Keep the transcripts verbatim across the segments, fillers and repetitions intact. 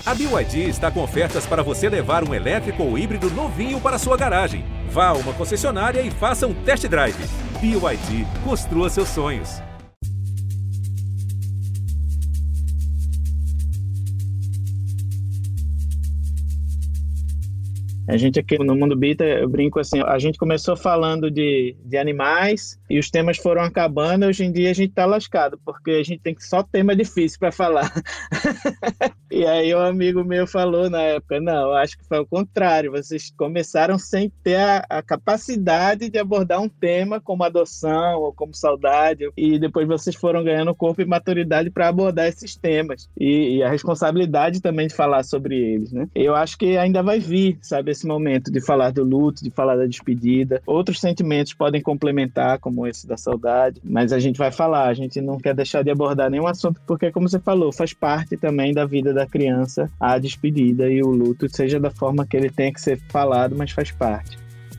A B Y D está com ofertas para você levar um elétrico ou híbrido novinho para sua garagem. Vá a uma concessionária e faça um test drive. B Y D, construa seus sonhos. A gente aqui no Mundo Bita, eu brinco assim, a gente começou falando de, de animais e os temas foram acabando, hoje em dia a gente tá lascado, porque a gente tem só tema difícil para falar. E aí um amigo meu falou na época, não, eu acho que foi o contrário, vocês começaram sem ter a, a capacidade de abordar um tema como adoção ou como saudade, e depois vocês foram ganhando corpo e maturidade para abordar esses temas, e, e a responsabilidade também de falar sobre eles, né? Eu acho que ainda vai vir, sabe, esse momento de falar do luto, de falar da despedida. Outros sentimentos podem complementar, como esse da saudade, mas a gente vai falar, a gente não quer deixar de abordar nenhum assunto, porque, como você falou, faz parte também da vida da criança a despedida e o luto, seja da forma que ele tenha que ser falado, mas faz parte.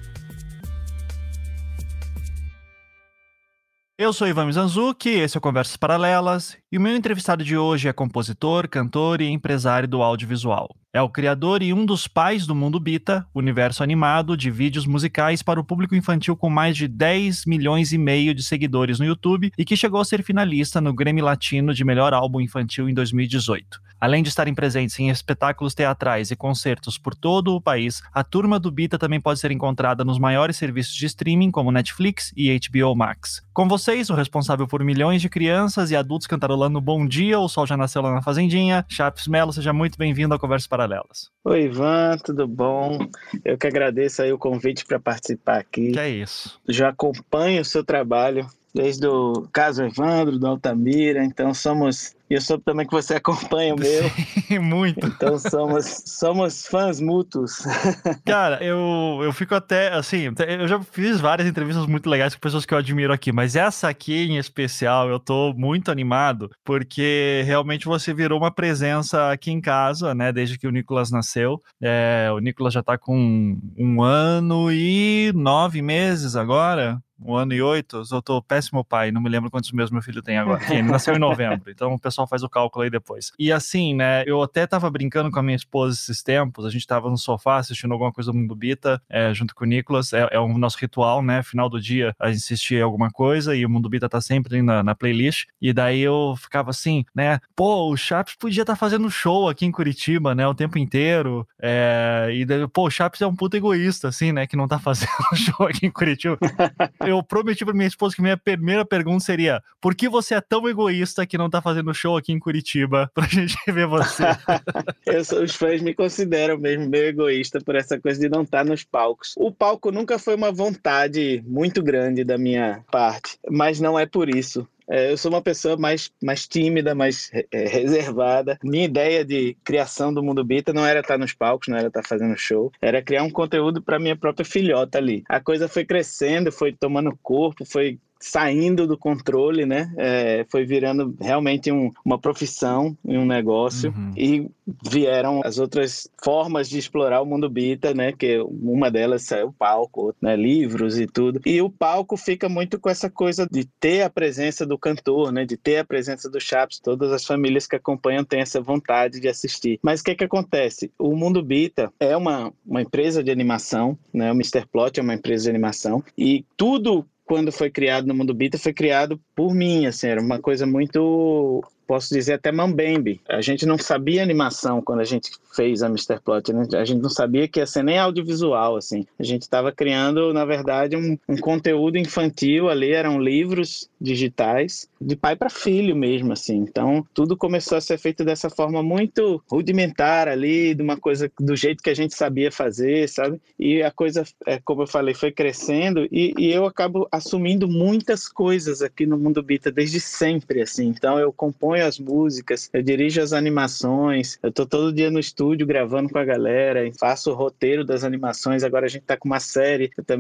Eu sou Ivan Mizanzuki, esse é o Conversas Paralelas, e o meu entrevistado de hoje é compositor, cantor e empresário do audiovisual. É o criador e um dos pais do Mundo Bita, universo animado de vídeos musicais para o público infantil com mais de dez milhões e meio de seguidores no YouTube e que chegou a ser finalista no Grammy Latino de Melhor Álbum Infantil em dois mil e dezoito. Além de estarem presentes em espetáculos teatrais e concertos por todo o país, a turma do Bita também pode ser encontrada nos maiores serviços de streaming como Netflix e H B O Max. Com vocês, o responsável por milhões de crianças e adultos cantarolando Bom Dia, o Sol Já Nasceu Lá na Fazendinha, Chaps Mello, seja muito bem-vindo ao Conversas Paralelas. Oi, Ivan, tudo bom? Eu que agradeço aí o convite para participar aqui. Que é isso. Já acompanho o seu trabalho desde o caso Evandro, do Altamira, então somos... E eu soube também que você acompanha o meu. Sim, muito. Então somos, somos fãs mútuos. Cara, eu, eu fico até, assim, eu já fiz várias entrevistas muito legais com pessoas que eu admiro aqui, mas essa aqui em especial eu tô muito animado, porque realmente você virou uma presença aqui em casa, né, desde que o Nicolas nasceu. É, o Nicolas já tá com um ano e nove meses agora. Um ano e oito, eu tô péssimo pai, não me lembro quantos meses meu filho tem agora. Ele nasceu em novembro, então o pessoal faz o cálculo aí depois. E assim, né, eu até tava brincando com a minha esposa esses tempos, a gente tava no sofá assistindo alguma coisa do Mundo Bita, é, junto com o Nicolas, é, é o nosso ritual, né, final do dia a gente assistir alguma coisa e o Mundo Bita tá sempre na, na playlist, e daí eu ficava assim, né, pô, o Chaps podia estar tá fazendo show aqui em Curitiba, né, o tempo inteiro, é, e daí, pô, o Chaps é um puta egoísta, assim, né, que não tá fazendo show aqui em Curitiba. Eu prometi pra minha esposa que minha primeira pergunta seria: por que você é tão egoísta que não tá fazendo show aqui em Curitiba pra gente ver você? Eu sou, os fãs me consideram mesmo meio egoísta por essa coisa de não estar nos palcos. O palco nunca foi uma vontade muito grande da minha parte, mas não é por isso. É, eu sou uma pessoa mais, mais tímida, mais é, reservada. Minha ideia de criação do Mundo Bita não era estar nos palcos, não era estar fazendo show, era criar um conteúdo para minha própria filhota ali. A coisa foi crescendo, foi tomando corpo, foi saindo do controle, né? É, foi virando realmente um, uma profissão e um negócio. Uhum. E vieram as outras formas de explorar o Mundo Bita, né? Que uma delas é o palco, né? Livros e tudo. E o palco fica muito com essa coisa de ter a presença do cantor, né? De ter a presença do Chaps. Todas as famílias que acompanham têm essa vontade de assistir. Mas o que que acontece? O Mundo Bita é uma, uma empresa de animação, né? O mister Plot é uma empresa de animação. E tudo, quando foi criado no Mundo Bita, foi criado por mim, assim, era uma coisa muito, posso dizer, até mambembe. A gente não sabia animação quando a gente fez a mister Plot, né? A gente não sabia que ia ser nem audiovisual, assim. A gente estava criando, na verdade, um, um conteúdo infantil ali, eram livros digitais, de pai para filho mesmo, assim. Então, tudo começou a ser feito dessa forma muito rudimentar ali, de uma coisa do jeito que a gente sabia fazer, sabe? E a coisa, é, como eu falei, foi crescendo e, e eu acabo assumindo muitas coisas aqui no Mundo Bita desde sempre, assim. Então, eu componho as músicas, eu dirijo as animações, eu tô todo dia no estúdio gravando com a galera, faço o roteiro das animações, agora a gente tá com uma série, eu também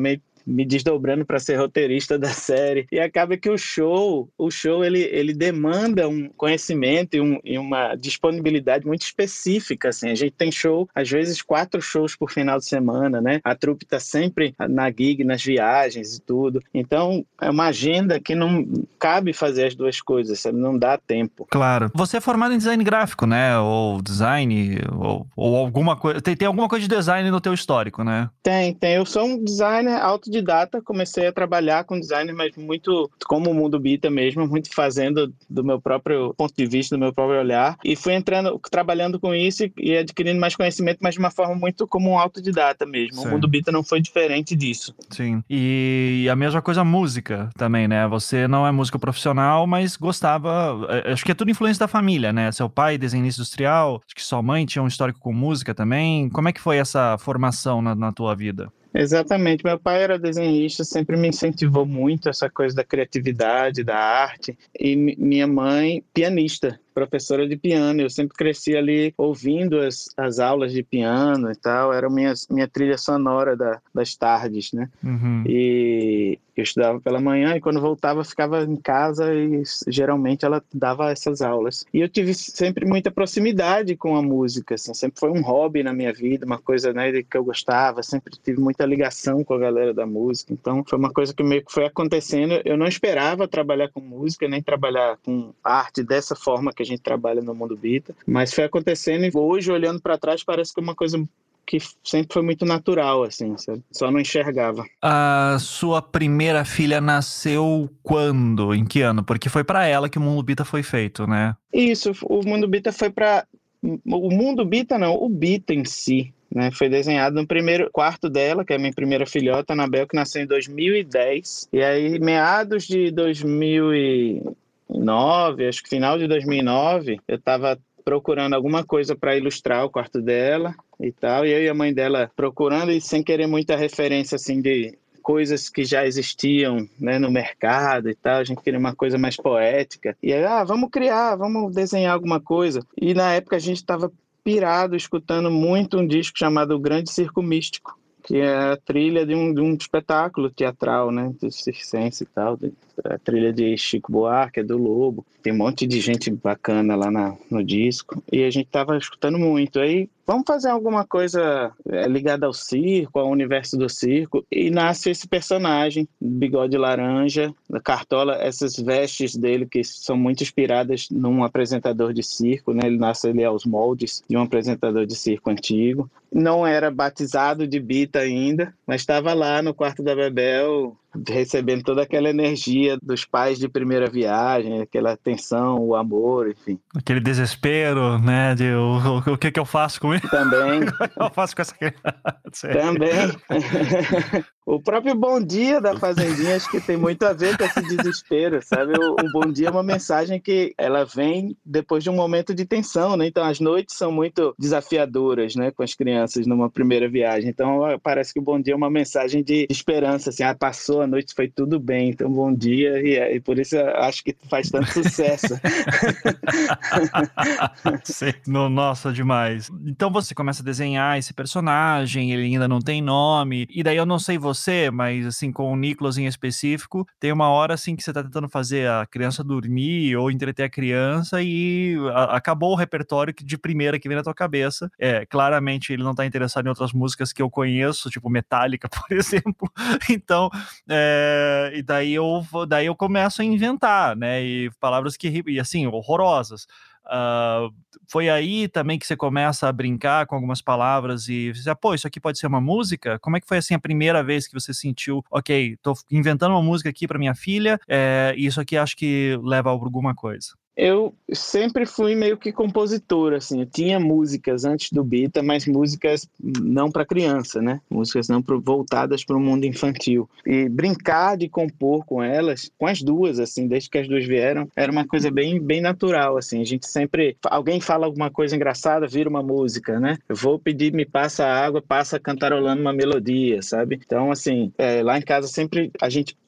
me desdobrando para ser roteirista da série. E acaba que o show, o show ele, ele demanda um conhecimento e, um, e uma disponibilidade muito específica, assim. A gente tem show, às vezes quatro shows por final de semana, né? A trupe tá sempre na gig, nas viagens e tudo. Então, é uma agenda que não cabe fazer as duas coisas, sabe? Não dá tempo. Claro. Você é formado em design gráfico, né? Ou design, ou, ou alguma coisa... Tem, tem alguma coisa de design no teu histórico, né? Tem, tem. Eu sou um designer autodidata, comecei a trabalhar com design, mas muito como o mundo bita mesmo, muito fazendo do meu próprio ponto de vista, do meu próprio olhar, e fui entrando, trabalhando com isso e adquirindo mais conhecimento, mas de uma forma muito como um autodidata mesmo. Sim. O mundo bita não foi diferente disso. Sim. E a mesma coisa a música também, né? Você não é músico profissional, mas gostava... Acho que é tudo influência da família, né? Seu pai, desenhista industrial, acho que sua mãe tinha um histórico com música também. Como é que foi essa formação na, na tua vida? Exatamente, meu pai era desenhista, sempre me incentivou muito essa coisa da criatividade, da arte, e minha mãe, pianista, professora de piano. Eu sempre cresci ali ouvindo as, as aulas de piano e tal, era minha, minha trilha sonora da, das tardes, né? Uhum. E eu estudava pela manhã e quando voltava ficava em casa e geralmente ela dava essas aulas. E eu tive sempre muita proximidade com a música, assim, sempre foi um hobby na minha vida, uma coisa, né, que eu gostava, sempre tive muita ligação com a galera da música. Então foi uma coisa que meio que foi acontecendo. Eu não esperava trabalhar com música, nem trabalhar com arte dessa forma que a gente trabalha no mundo bita, mas foi acontecendo e hoje, olhando para trás, parece que é uma coisa que sempre foi muito natural, assim, sabe? Só não enxergava. A sua primeira filha nasceu quando? Em que ano? Porque foi para ela que o Mundo Bita foi feito, né? Isso, o Mundo Bita foi para... O Mundo Bita não, o Bita em si, né? Foi desenhado no primeiro quarto dela, que é a minha primeira filhota, Anabel, que nasceu em dois mil e dez. E aí, meados de dois mil e nove, acho que final de dois mil e nove, eu estava procurando alguma coisa para ilustrar o quarto dela e tal, e eu e a mãe dela procurando e sem querer muita referência assim de coisas que já existiam, né, no mercado e tal, a gente queria uma coisa mais poética, e aí, ah, vamos criar, vamos desenhar alguma coisa, e na época a gente estava pirado, escutando muito um disco chamado O Grande Circo Místico, que é a trilha de um, de um espetáculo teatral, né, de circense e tal, de, a trilha de Chico Buarque, é do Lobo, tem um monte de gente bacana lá na, no disco, e a gente tava escutando muito, aí vamos fazer alguma coisa é, ligada ao circo, ao universo do circo, e nasce esse personagem, bigode laranja, da Cartola, essas vestes dele que são muito inspiradas num apresentador de circo, né? Ele nasce ali aos moldes de um apresentador de circo antigo. Não era batizado de Bita ainda, mas estava lá no quarto da Bebel, recebendo toda aquela energia dos pais de primeira viagem, aquela atenção, o amor, enfim. Aquele desespero, né, de o, o, o que que eu faço com isso? Também. eu faço com essa criança? Também. O próprio Bom Dia da Fazendinha acho que tem muito a ver com esse desespero, sabe? O, o Bom Dia é uma mensagem que ela vem depois de um momento de tensão, né? Então as noites são muito desafiadoras, né, com as crianças numa primeira viagem. Então parece que o Bom Dia é uma mensagem de esperança, assim, ah, passou a noite, foi tudo bem, então bom dia, e, é, e por isso eu acho que faz tanto sucesso. Sim. No, nossa, demais. Então você começa a desenhar esse personagem, ele ainda não tem nome, e daí eu não sei você, mas assim, com o Nicolas em específico, tem uma hora assim que você tá tentando fazer a criança dormir ou entreter a criança e a, acabou o repertório de primeira que vem na tua cabeça. É, claramente ele não tá interessado em outras músicas que eu conheço, tipo Metallica, por exemplo. Então, é, e daí eu, daí eu começo a inventar, né, e palavras que, e assim, horrorosas. Uh, foi aí também que você começa a brincar com algumas palavras e você, pô, isso aqui pode ser uma música? Como é que foi assim a primeira vez que você sentiu, ok, tô inventando uma música aqui para minha filha, é, e isso aqui acho que leva a alguma coisa? Eu sempre fui meio que compositor, assim, eu tinha músicas antes do Bita, mas músicas não para criança, né? Músicas não pro, voltadas para o mundo infantil. E brincar de compor com elas, com as duas, assim, desde que as duas vieram, era uma coisa bem, bem natural, assim. A gente sempre, alguém fala alguma coisa engraçada, vira uma música, né? Eu vou pedir, me passa água, passa cantarolando uma melodia, sabe? Então, assim, é, lá em casa sempre a gente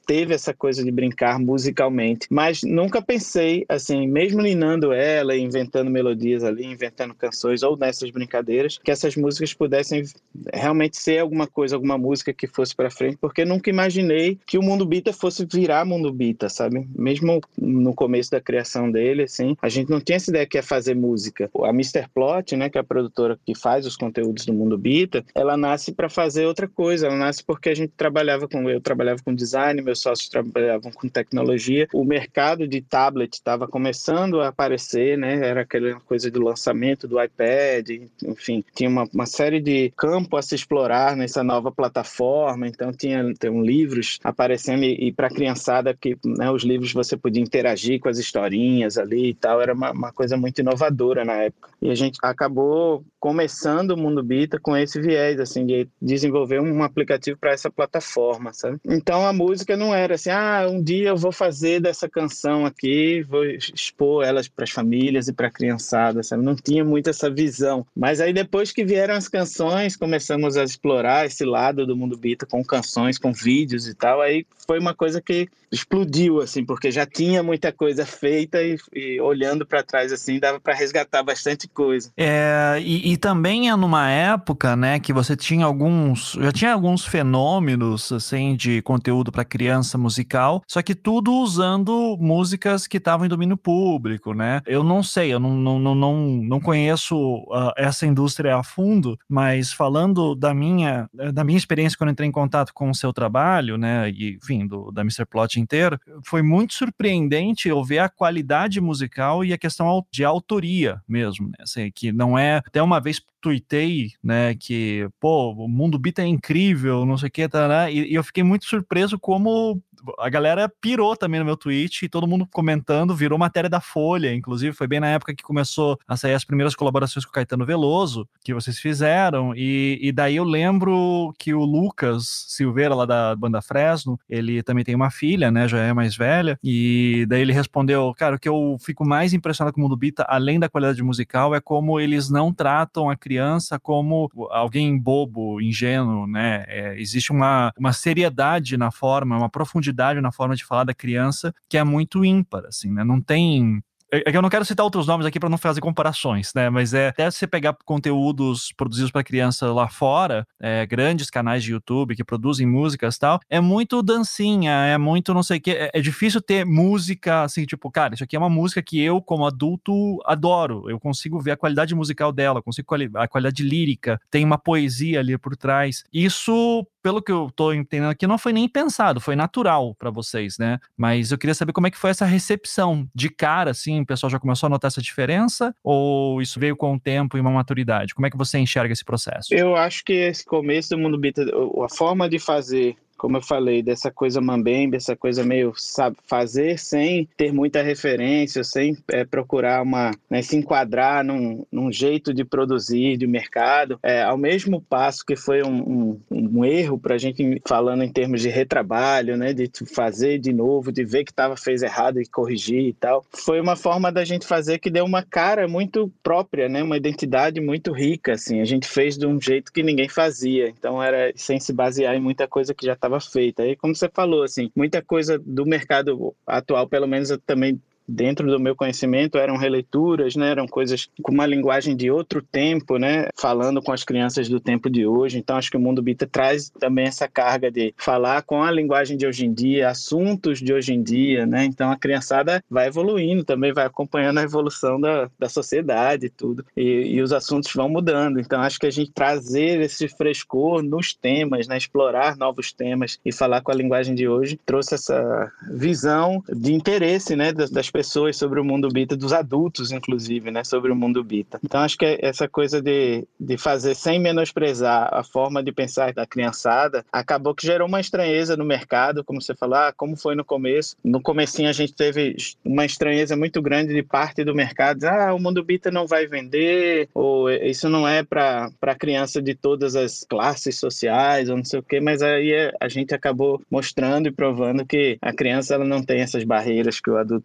teve essa coisa de brincar musicalmente, mas nunca pensei, assim, mesmo ninando ela, inventando melodias ali, inventando canções ou nessas brincadeiras, que essas músicas pudessem realmente ser alguma coisa, alguma música que fosse pra frente, porque nunca imaginei que o Mundo Bita fosse virar Mundo Bita, sabe? Mesmo no começo da criação dele, assim, a gente não tinha essa ideia que ia fazer música. A mister Plot, né, que é a produtora que faz os conteúdos do Mundo Bita, ela nasce para fazer outra coisa, ela nasce porque a gente trabalhava com, eu trabalhava com design, meus sócios trabalhavam com tecnologia, o mercado de tablet estava começando a aparecer, né, era aquela coisa do lançamento do iPad, enfim, tinha uma, uma série de campo a se explorar nessa nova plataforma, então tinha, tinha livros aparecendo e, e para a criançada, que, né, os livros você podia interagir com as historinhas ali e tal, era uma, uma coisa muito inovadora na época. E a gente acabou começando o Mundo Bita com esse viés, assim, de desenvolver um aplicativo para essa plataforma, sabe? Então a música não era assim, ah, um dia eu vou fazer dessa canção aqui, vou expor elas para as famílias e para a criançada, sabe? Não tinha muito essa visão. Mas aí depois que vieram as canções, começamos a explorar esse lado do Mundo Bita com canções, com vídeos e tal, aí foi uma coisa que explodiu, assim, porque já tinha muita coisa feita e, e olhando para trás, assim, dava para resgatar bastante coisa. É, e, e também é numa época, né, que você tinha alguns, já tinha alguns fenômenos, assim, de conteúdo para criança musical, só que tudo usando músicas que estavam em domínio público, né? Eu não sei, eu não, não, não, não, não conheço uh, essa indústria a fundo, mas falando da minha, da minha experiência quando entrei em contato com o seu trabalho, né, e, enfim, do, da mister Plot inteiro, foi muito surpreendente eu ver a qualidade musical e a questão de autoria mesmo, né? Assim, que não é... Até uma vez tuitei, né, que, pô, o Mundo Bita é incrível, não sei o que, tá, né? E, e eu fiquei muito surpreso como a galera pirou também no meu tweet e todo mundo comentando, virou matéria da Folha, inclusive foi bem na época que começou a sair as primeiras colaborações com o Caetano Veloso, que vocês fizeram, e, e daí eu lembro que o Lucas Silveira, lá da banda Fresno, ele também tem uma filha, né, já é mais velha, e daí ele respondeu, cara, o que eu fico mais impressionado com o Mundo Bita, além da qualidade musical, é como eles não tratam a criança como alguém bobo, ingênuo, né, é, existe uma, uma seriedade na forma, uma profundidade na forma de falar da criança que é muito ímpar, assim, né, não tem... É que eu não quero citar outros nomes aqui para não fazer comparações, né? Mas é até você pegar conteúdos produzidos para criança lá fora, é, grandes canais de YouTube que produzem músicas e tal, é muito dancinha, é muito não sei o que. É, é difícil ter música assim, tipo, cara, isso aqui é uma música que eu, como adulto, adoro. Eu consigo ver a qualidade musical dela, consigo quali- a qualidade lírica, tem uma poesia ali por trás. Isso, pelo que eu tô entendendo aqui, não foi nem pensado, foi natural para vocês, né? Mas eu queria saber como é que foi essa recepção de cara, assim, o pessoal já começou a notar essa diferença? Ou isso veio com o tempo e uma maturidade? Como é que você enxerga esse processo? Eu acho que esse começo do Mundo Bita, a forma de fazer, como eu falei, dessa coisa mambembe, essa coisa meio, sabe, fazer sem ter muita referência, sem é, procurar uma, né, se enquadrar num, num jeito de produzir, de mercado, é, ao mesmo passo que foi um, um, um erro para a gente, falando em termos de retrabalho, né, de fazer de novo, de ver que tava, fez errado e corrigir e tal, foi uma forma da gente fazer que deu uma cara muito própria, né, uma identidade muito rica, assim, a gente fez de um jeito que ninguém fazia, então era sem se basear em muita coisa que já estava estava feita. Aí, como você falou, assim, muita coisa do mercado atual, pelo menos eu também dentro do meu conhecimento, eram releituras, né? Eram coisas com uma linguagem de outro tempo, né? Falando com as crianças do tempo de hoje. Então, acho que o Mundo Bita traz também essa carga de falar com a linguagem de hoje em dia, assuntos de hoje em dia, né? Então, a criançada vai evoluindo, também vai acompanhando a evolução da, da sociedade e tudo. E, e os assuntos vão mudando. Então, acho que a gente trazer esse frescor nos temas, né? Explorar novos temas e falar com a linguagem de hoje, trouxe essa visão de interesse, né? Das, das pessoas sobre o Mundo Bita, dos adultos, inclusive, né, sobre o Mundo Bita. Então, acho que essa coisa de, de fazer sem menosprezar a forma de pensar da criançada, acabou que gerou uma estranheza no mercado, como você falou, ah, como foi no começo. No comecinho a gente teve uma estranheza muito grande de parte do mercado, ah, o Mundo Bita não vai vender, ou isso não é para para criança de todas as classes sociais, ou não sei o quê, mas aí a gente acabou mostrando e provando que a criança ela não tem essas barreiras que o adulto muitas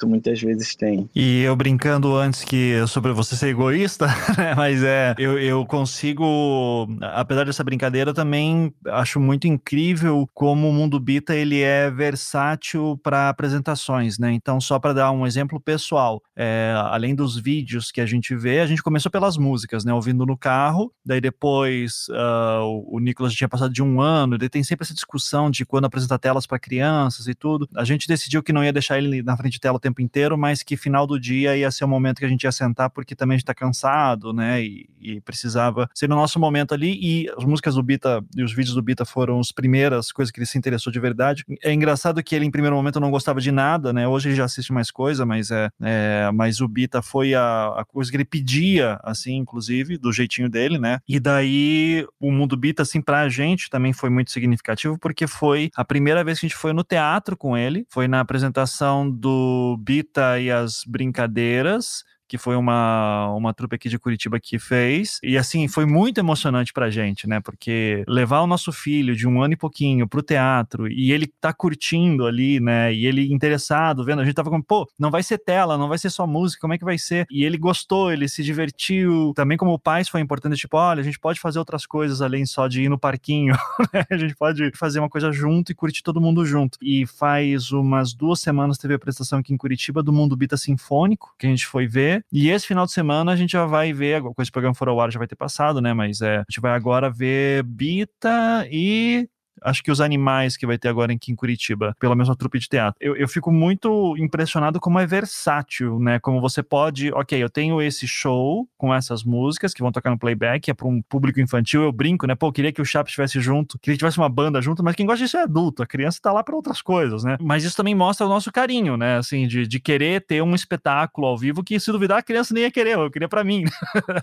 vezes tem. E eu brincando antes que sobre você ser egoísta, né? Mas é, eu, eu consigo, apesar dessa brincadeira, também acho muito incrível como o Mundo Bita ele é versátil para apresentações, né? Então, só para dar um exemplo pessoal, é, além dos vídeos que a gente vê, a gente começou pelas músicas, né? Ouvindo no carro, daí depois uh, o, o Nicolas tinha passado de um ano, ele tem sempre essa discussão de quando apresenta telas para crianças e tudo. A gente decidiu que não ia deixar ele na frente de tela o tempo inteiro, mas que final do dia ia ser o momento que a gente ia sentar, porque também a gente tá cansado, né? E, e precisava ser no nosso momento ali. E as músicas do Bita e os vídeos do Bita foram as primeiras coisas que ele se interessou de verdade. É engraçado que ele, em primeiro momento, não gostava de nada, né? Hoje ele já assiste mais coisa, mas, é, é, mas o Bita foi a, a coisa que ele pedia, assim, inclusive, do jeitinho dele, né? E daí o Mundo Bita, assim, pra gente também foi muito significativo, porque foi a primeira vez que a gente foi no teatro com ele, foi na apresentação do Bita e as Brincadeiras, que foi uma, uma trupe aqui de Curitiba que fez, e assim, foi muito emocionante pra gente, né, porque levar o nosso filho de um ano e pouquinho pro teatro, e ele tá curtindo ali, né, e ele interessado, vendo, a gente tava como, pô, não vai ser tela, não vai ser só música, como é que vai ser? E ele gostou, ele se divertiu, também como pais foi importante, tipo, olha, a gente pode fazer outras coisas além só de ir no parquinho, né, a gente pode fazer uma coisa junto e curtir todo mundo junto. E faz umas duas semanas teve a apresentação aqui em Curitiba do Mundo Bita Sinfônico, que a gente foi ver. E esse final de semana a gente já vai ver, com esse programa for ao ar já vai ter passado, né? Mas é, a gente vai agora ver Bita e acho que os animais que vai ter agora aqui em Curitiba, pela mesma trupe de teatro. Eu, eu fico muito impressionado como é versátil, né? Como você pode, ok, eu tenho esse show com essas músicas que vão tocar no playback, é para um público infantil, eu brinco, né? Pô, eu queria que o Chaps estivesse junto, queria que tivesse uma banda junto, mas quem gosta disso é adulto, a criança tá lá para outras coisas, né? Mas isso também mostra o nosso carinho, né? Assim, de, de querer ter um espetáculo ao vivo que, se duvidar, a criança nem ia querer, eu queria para mim.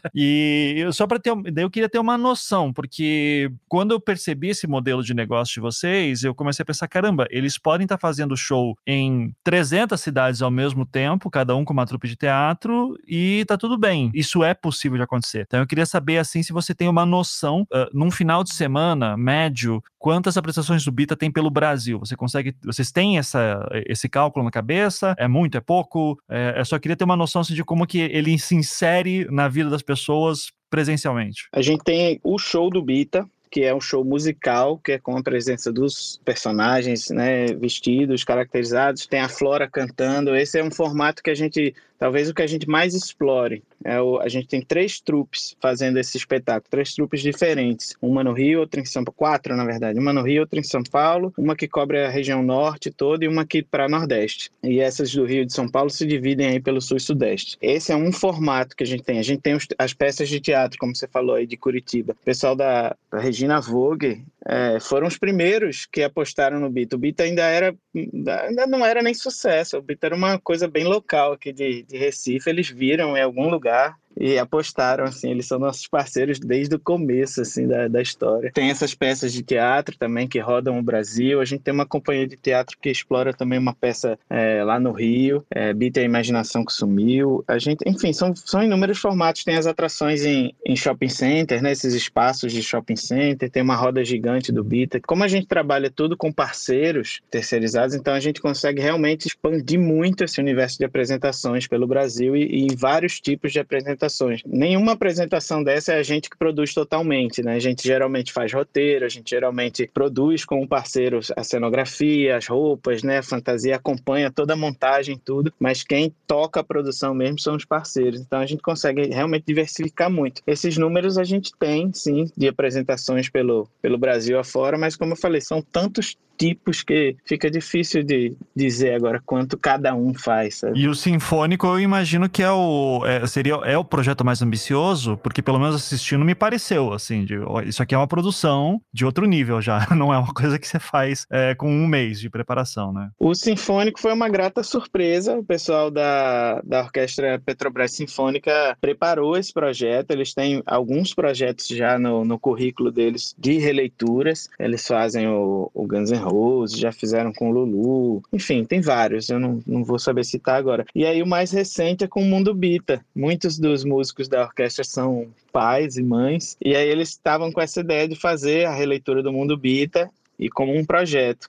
E eu, só para ter, daí eu queria ter uma noção, porque quando eu percebi esse modelo de negócio de vocês, eu comecei a pensar, caramba, eles podem estar fazendo show em trezentas cidades ao mesmo tempo, cada um com uma trupe de teatro, e tá tudo bem. Isso é possível de acontecer. Então eu queria saber, assim, se você tem uma noção, uh, num final de semana, médio, quantas apresentações do Bita tem pelo Brasil? Você consegue, vocês têm essa, esse cálculo na cabeça? É muito, é pouco? É, eu só queria ter uma noção, assim, de como que ele se insere na vida das pessoas presencialmente. A gente tem o show do Bita, que é um show musical, que é com a presença dos personagens, né, vestidos, caracterizados, tem a Flora cantando. Esse é um formato que a gente, talvez o que a gente mais explore. É o, a gente tem três trupes fazendo esse espetáculo, três trupes diferentes. Uma no Rio, outra em São Paulo, quatro na verdade. Uma no Rio, outra em São Paulo, uma que cobre a região norte toda e uma aqui para Nordeste. E essas do Rio e de São Paulo se dividem aí pelo Sul e Sudeste. Esse é um formato que a gente tem. A gente tem os, as peças de teatro, como você falou aí, de Curitiba. O pessoal da, da Regina Vogue é, foram os primeiros que apostaram no Bita. O Bita ainda era, ainda não era nem sucesso. O Bita era uma coisa bem local aqui de, de Recife. Eles viram em algum lugar e apostaram, assim, eles são nossos parceiros desde o começo, assim, da, da história. Tem essas peças de teatro também que rodam o Brasil. A gente tem uma companhia de teatro que explora também uma peça é, lá no Rio, é, Bita e a Imaginação que Sumiu. A gente, enfim, são, são inúmeros formatos. Tem as atrações em, em shopping center, né, esses espaços de shopping center. Tem uma roda gigante do Bita. Como a gente trabalha tudo com parceiros terceirizados, então a gente consegue realmente expandir muito esse universo de apresentações pelo Brasil e, e em vários tipos de apresentações. Nenhuma apresentação dessa é a gente que produz totalmente, né? A gente geralmente faz roteiro, a gente geralmente produz com um parceiro a cenografia, as roupas, né? A fantasia, acompanha toda a montagem, tudo, mas quem toca a produção mesmo são os parceiros. Então a gente consegue realmente diversificar muito. Esses números a gente tem, sim, de apresentações pelo, pelo Brasil afora, mas como eu falei, são tantos tipos que fica difícil de dizer agora quanto cada um faz, sabe? E o Sinfônico eu imagino que é o, é, seria, é o projeto mais ambicioso, porque pelo menos assistindo me pareceu, assim, de, ó, isso aqui é uma produção de outro nível já, não é uma coisa que você faz é, com um mês de preparação, né? O Sinfônico foi uma grata surpresa, o pessoal da, da Orquestra Petrobras Sinfônica preparou esse projeto, eles têm alguns projetos já no, no currículo deles de releituras, eles fazem o, o Guns N' Roses, já fizeram com o Lulu, enfim, tem vários, eu não, não vou saber citar agora. E aí o mais recente é com o Mundo Bita. Muitos dos músicos da orquestra são pais e mães, e aí eles estavam com essa ideia de fazer a releitura do Mundo Bita e como um projeto. E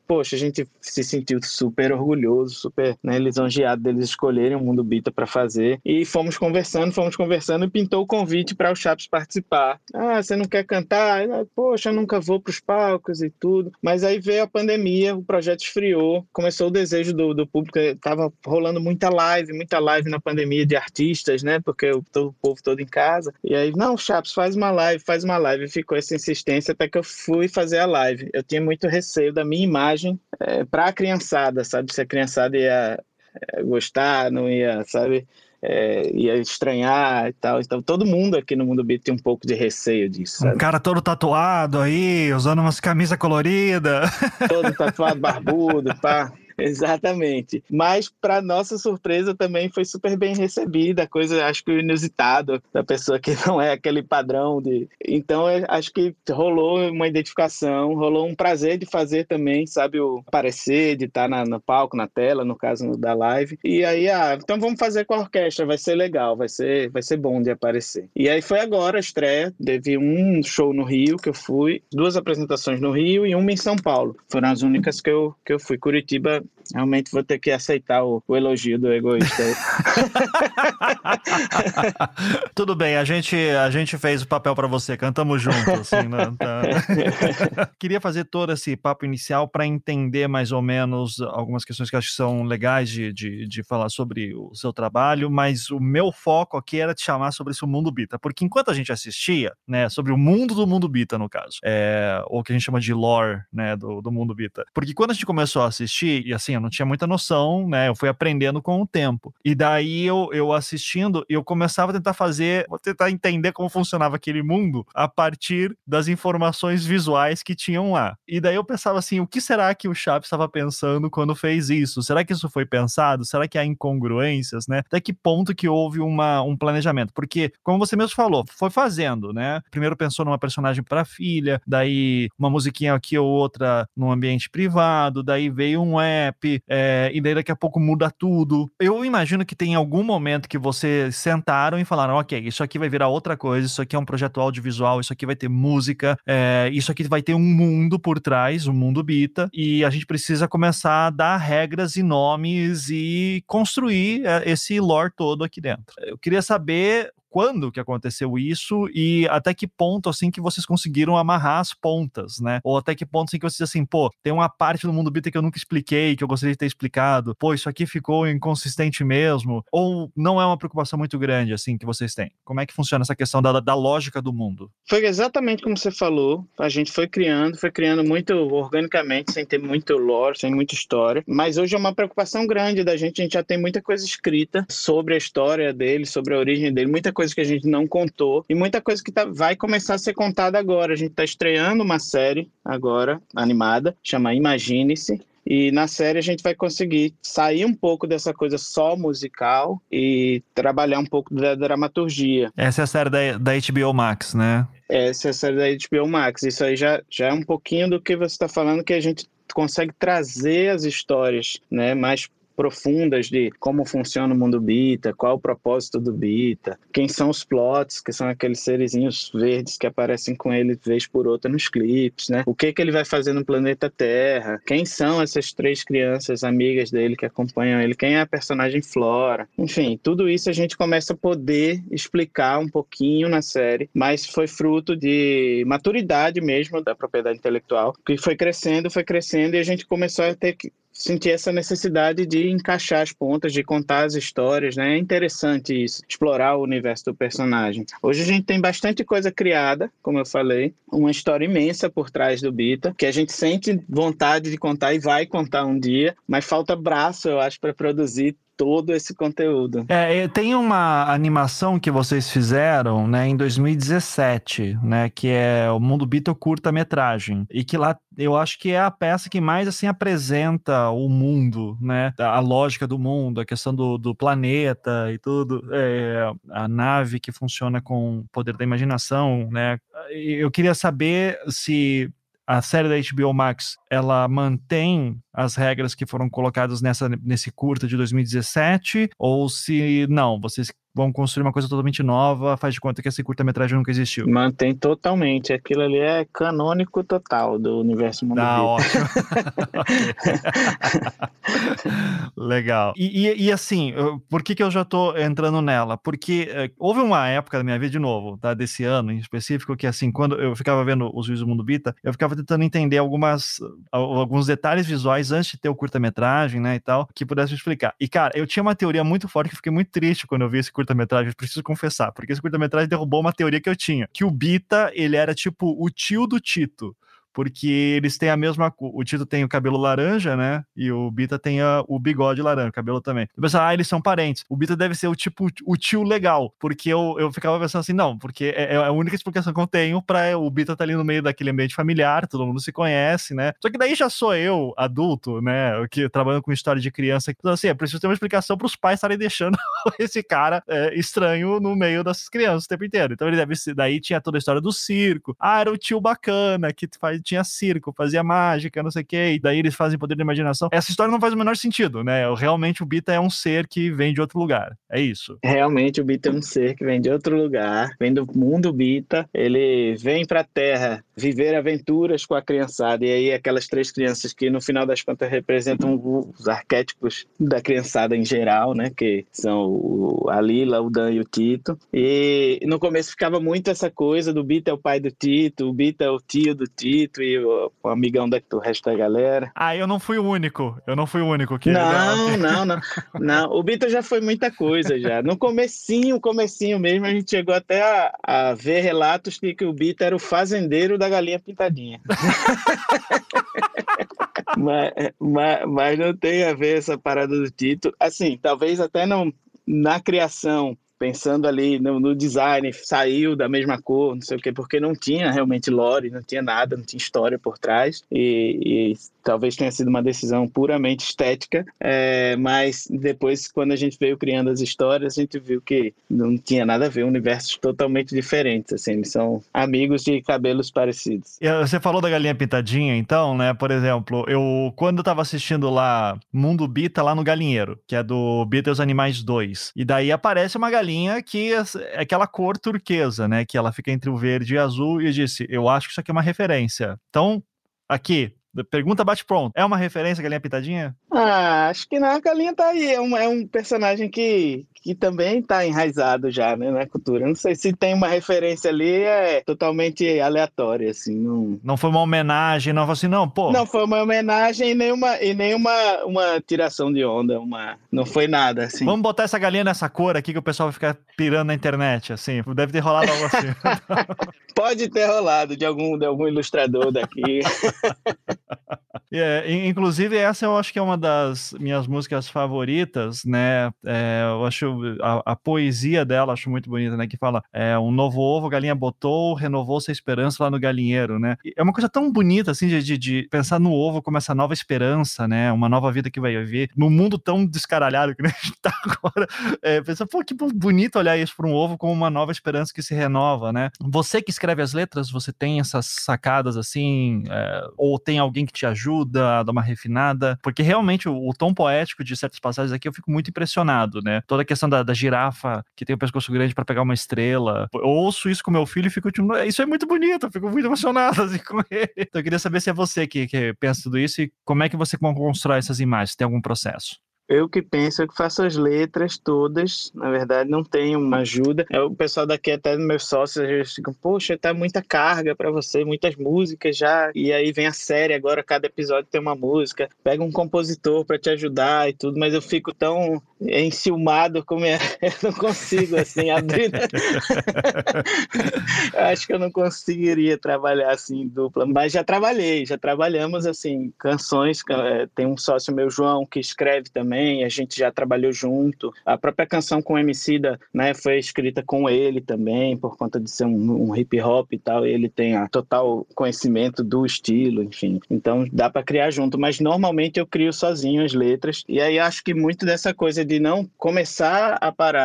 poxa, a gente se sentiu super orgulhoso, super, né, lisonjeado deles escolherem o Mundo Bita para fazer. E fomos conversando, fomos conversando e pintou o convite para o Chaps participar. Ah, você não quer cantar? Poxa, eu nunca vou para os palcos e tudo. Mas aí veio a pandemia, o projeto esfriou, começou o desejo do, do público, estava rolando muita live, muita live na pandemia de artistas, né? Porque o, o povo todo em casa. E aí, não, Chaps, faz uma live, faz uma live. E ficou essa insistência até que eu fui fazer a live. Eu tinha muito receio da minha imagem é, para a criançada, sabe? Se a criançada ia é, gostar, não ia, sabe? É, ia estranhar e tal. Então todo mundo aqui no Mundo Bita tem um pouco de receio disso, sabe? Um cara todo tatuado aí, usando umas camisas coloridas. Todo tatuado, barbudo, pá. Exatamente. Mas, para nossa surpresa, também foi super bem recebida, coisa, acho que inusitado da pessoa que não é aquele padrão de... Então, acho que rolou uma identificação, rolou um prazer de fazer também, sabe, o aparecer, de estar na, no palco, na tela, no caso da live. E aí, ah, então vamos fazer com a orquestra, vai ser legal, vai ser, vai ser bom de aparecer. E aí foi agora a estreia, teve um show no Rio que eu fui, duas apresentações no Rio e uma em São Paulo. Foram as únicas que eu, que eu fui. Curitiba, realmente vou ter que aceitar o, o elogio do egoísta. Tudo bem, a gente, a gente fez o papel pra você, cantamos juntos. Assim, né? Tá. Queria fazer todo esse papo inicial para entender mais ou menos algumas questões que acho que são legais de, de, de falar sobre o seu trabalho, mas o meu foco aqui era te chamar sobre esse Mundo Bita, porque enquanto a gente assistia, né, sobre o mundo do Mundo Bita, no caso, é, ou o que a gente chama de lore, né, do, do Mundo Bita, porque quando a gente começou a assistir, e assim, eu não tinha muita noção, né, eu fui aprendendo com o tempo, e daí eu, eu assistindo, eu começava a tentar fazer, vou tentar entender como funcionava aquele mundo a partir das informações visuais que tinham lá, e daí eu pensava assim, o que será que o Chaps estava pensando quando fez isso? Será que isso foi pensado? Será que há incongruências, né? Até que ponto que houve uma, um planejamento? Porque, como você mesmo falou, foi fazendo, né? Primeiro pensou numa personagem para filha, daí uma musiquinha aqui ou outra num ambiente privado, daí veio um app, é, e daí daqui a pouco muda tudo. Eu imagino que tem algum momento que vocês sentaram e falaram, ok, isso aqui vai virar outra coisa, isso aqui é um projeto audiovisual, isso aqui vai ter música, é, isso aqui vai ter um mundo por trás, um mundo Bita, e a gente precisa começar a dar regras e nomes e construir esse lore todo aqui dentro. Eu queria saber quando que aconteceu isso e até que ponto, assim, que vocês conseguiram amarrar as pontas, né? Ou até que ponto, assim, que vocês, assim, pô, tem uma parte do Mundo Bita que eu nunca expliquei, que eu gostaria de ter explicado, pô, isso aqui ficou inconsistente mesmo, ou não é uma preocupação muito grande, assim, que vocês têm? Como é que funciona essa questão da, da lógica do mundo? Foi exatamente como você falou, a gente foi criando, foi criando muito organicamente, sem ter muito lore, sem muita história, mas hoje é uma preocupação grande da gente, a gente já tem muita coisa escrita sobre a história dele, sobre a origem dele, muita coisa que a gente não contou e muita coisa que tá, vai começar a ser contada agora. A gente está estreando uma série agora, animada, chama Imagine-se. E na série a gente vai conseguir sair um pouco dessa coisa só musical e trabalhar um pouco da dramaturgia. Essa é a série da, da H B O Max, né? Essa é a série da H B O Max. Isso aí já, já é um pouquinho do que você está falando, que a gente consegue trazer as histórias, né, mais profundas de como funciona o mundo Bita, qual é o propósito do Bita, quem são os plots, que são aqueles serizinhos verdes que aparecem com ele vez por outra nos clipes, né? O que que ele vai fazer no planeta Terra, quem são essas três crianças amigas dele que acompanham ele, quem é a personagem Flora, enfim, tudo isso a gente começa a poder explicar um pouquinho na série, mas foi fruto de maturidade mesmo da propriedade intelectual, que foi crescendo, foi crescendo e a gente começou a ter que sentir essa necessidade de encaixar as pontas, de contar as histórias, né? É interessante isso, explorar o universo do personagem. Hoje a gente tem bastante coisa criada, como eu falei, uma história imensa por trás do Bita, que a gente sente vontade de contar e vai contar um dia, mas falta braço, eu acho, para produzir todo esse conteúdo. É, tem uma animação que vocês fizeram, né, em dois mil e dezessete, né, que é o Mundo Bita curta-metragem, e que lá eu acho que é a peça que mais, assim, apresenta o mundo, né, a lógica do mundo, a questão do, do planeta e tudo, é, a nave que funciona com o poder da imaginação, né. Eu queria saber se a série da H B O Max, ela mantém as regras que foram colocadas nessa, nesse curta de dois mil e dezessete, ou se não, vocês vão construir uma coisa totalmente nova, faz de conta que esse curta-metragem nunca existiu. Mantém totalmente. Aquilo ali é canônico total do universo Mundo Ah, Bita. ótimo. Legal. E, e, e assim, eu, por que que eu já tô entrando nela? Porque é, houve uma época da minha vida, de novo, tá, desse ano em específico, que assim, quando eu ficava vendo os vídeos do Mundo Bita, eu ficava tentando entender algumas, alguns detalhes visuais antes de ter o curta-metragem, né, e tal, que pudesse explicar. E, cara, eu tinha uma teoria muito forte que eu fiquei muito triste quando eu vi esse curta-metragem, preciso confessar, porque esse curta-metragem derrubou uma teoria que eu tinha, que o Bita, ele era tipo o tio do Tito. Porque eles têm a mesma cor. O Tito tem o cabelo laranja, né? E o Bita tem a, o bigode laranja, o cabelo também. Eu pensava, ah, eles são parentes. O Bita deve ser o tipo, o tio legal. Porque eu, eu ficava pensando assim, não, porque é, é a única explicação que eu tenho pra o Bita tá ali no meio daquele ambiente familiar, todo mundo se conhece, né? Só que daí já sou eu, adulto, né? Que trabalhando com história de criança. Então, assim, é preciso ter uma explicação pros pais estarem deixando esse cara é, estranho no meio das crianças o tempo inteiro. Então ele deve ser. Daí tinha toda a história do circo. Ah, era o tio bacana que faz. Tinha circo, fazia mágica, não sei o que, e daí eles fazem poder de imaginação. Essa história não faz o menor sentido, né? Realmente o Bita é um ser que vem de outro lugar. É isso. Realmente o Bita é um ser que vem de outro lugar, vem do mundo Bita, ele vem pra Terra viver aventuras com a criançada, e aí aquelas três crianças que no final das contas representam os arquétipos da criançada em geral, né? Que são a Lila, o Dan e o Tito. E no começo ficava muito essa coisa do Bita é o pai do Tito, o Bita é o tio do Tito, e o, o amigão da, do resto da galera. Ah, eu não fui o único. Eu não fui o único que... Não, não, não. Não, o Bita já foi muita coisa já. No comecinho, comecinho mesmo, a gente chegou até a, a ver relatos de que o Bita era o fazendeiro da galinha pintadinha. mas, mas, mas não tem a ver essa parada do Tito. Assim, talvez até não na criação, pensando ali no, no design, saiu da mesma cor, não sei o quê, porque não tinha realmente lore, não tinha nada, não tinha história por trás, e, e talvez tenha sido uma decisão puramente estética, é, mas depois, quando a gente veio criando as histórias, a gente viu que não tinha nada a ver, universos totalmente diferentes, assim, eles são amigos de cabelos parecidos. E você falou da galinha pintadinha, então, né, por exemplo, eu, quando eu tava assistindo lá Mundo Bita, lá no Galinheiro, que é do Bita e os Animais dois, e daí aparece uma galinha que é aquela cor turquesa, né? Que ela fica entre o verde e o azul. E eu disse, eu acho que isso aqui é uma referência. Então, aqui, pergunta bate pronto. É uma referência, Galinha Pintadinha? Ah, acho que não, a galinha tá aí. É um, é um personagem que, que também tá enraizado já, né, na cultura. Não sei se tem uma referência ali, é totalmente aleatória, assim. Não, não foi uma homenagem, não foi assim, não, pô. Não foi uma homenagem e nem uma, e nem uma, uma tiração de onda, uma, não foi nada, assim. Vamos botar essa galinha nessa cor aqui que o pessoal vai ficar pirando na internet, assim. Deve ter rolado algo assim. Pode ter rolado de algum, de algum ilustrador daqui. É, inclusive, essa eu acho que é uma das minhas músicas favoritas, né? É, eu acho a, a poesia dela, acho muito bonita, né? Que fala, é, um novo ovo, galinha botou, renovou sua esperança lá no galinheiro, né? E é uma coisa tão bonita, assim, de, de, de pensar no ovo como essa nova esperança, né? Uma nova vida que vai haver, num mundo tão descaralhado que a gente tá agora. É, pensa, pô, que bonito olhar isso para um ovo como uma nova esperança que se renova, né? Você que escreve as letras, você tem essas sacadas, assim, é, ou tem alguém que te ajuda a dar uma refinada, porque realmente o, o tom poético de certas passagens aqui eu fico muito impressionado, né? Toda a questão da, da girafa que tem o pescoço grande para pegar uma estrela. Eu ouço isso com meu filho e fico tipo, isso é muito bonito, eu fico muito emocionado assim com ele. Então eu queria saber se é você que, que pensa tudo isso e como é que você constrói essas imagens, tem algum processo? Eu que penso, eu que faço as letras todas, na verdade não tenho uma ajuda. O pessoal daqui, até meus sócios, às vezes ficam, poxa, tá muita carga pra você, muitas músicas já, e aí vem a série agora, cada episódio tem uma música, pega um compositor pra te ajudar e tudo, mas eu fico tão enciumado como é, eu não consigo, assim, abrir. Acho que eu não conseguiria trabalhar assim em dupla, mas já trabalhei, já trabalhamos assim, canções, tem um sócio meu, João, que escreve também, a gente já trabalhou junto. A própria canção com o Emicida, né, foi escrita com ele também, por conta de ser um, um hip hop e tal, e ele tem a total conhecimento do estilo, enfim. Então dá para criar junto, mas normalmente eu crio sozinho as letras, e aí acho que muito dessa coisa de não começar a parada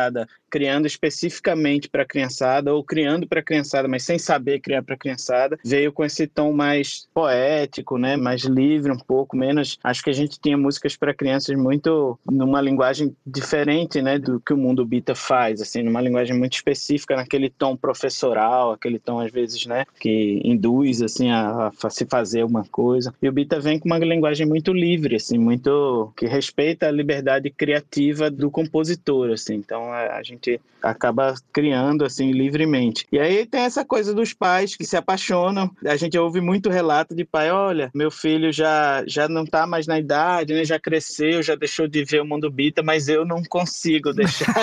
criando especificamente para a criançada, ou criando para a criançada, mas sem saber criar para a criançada, veio com esse tom mais poético, né, mais livre um pouco, menos... Acho que a gente tinha músicas para crianças muito numa linguagem diferente, né, do que o Mundo Bita faz, assim, numa linguagem muito específica, naquele tom professoral, aquele tom, às vezes, né, que induz, assim, a, a se fazer uma coisa. E o Bita vem com uma linguagem muito livre, assim, muito... que respeita a liberdade criativa do compositor, assim. Então, a, a gente acaba criando, assim, livremente. E aí tem essa coisa dos pais que se apaixonam. A gente ouve muito relato de pai, olha, meu filho já, já não tá mais na idade, né, já cresceu, já deixou de ver o Mundo Bita, mas eu não consigo deixar.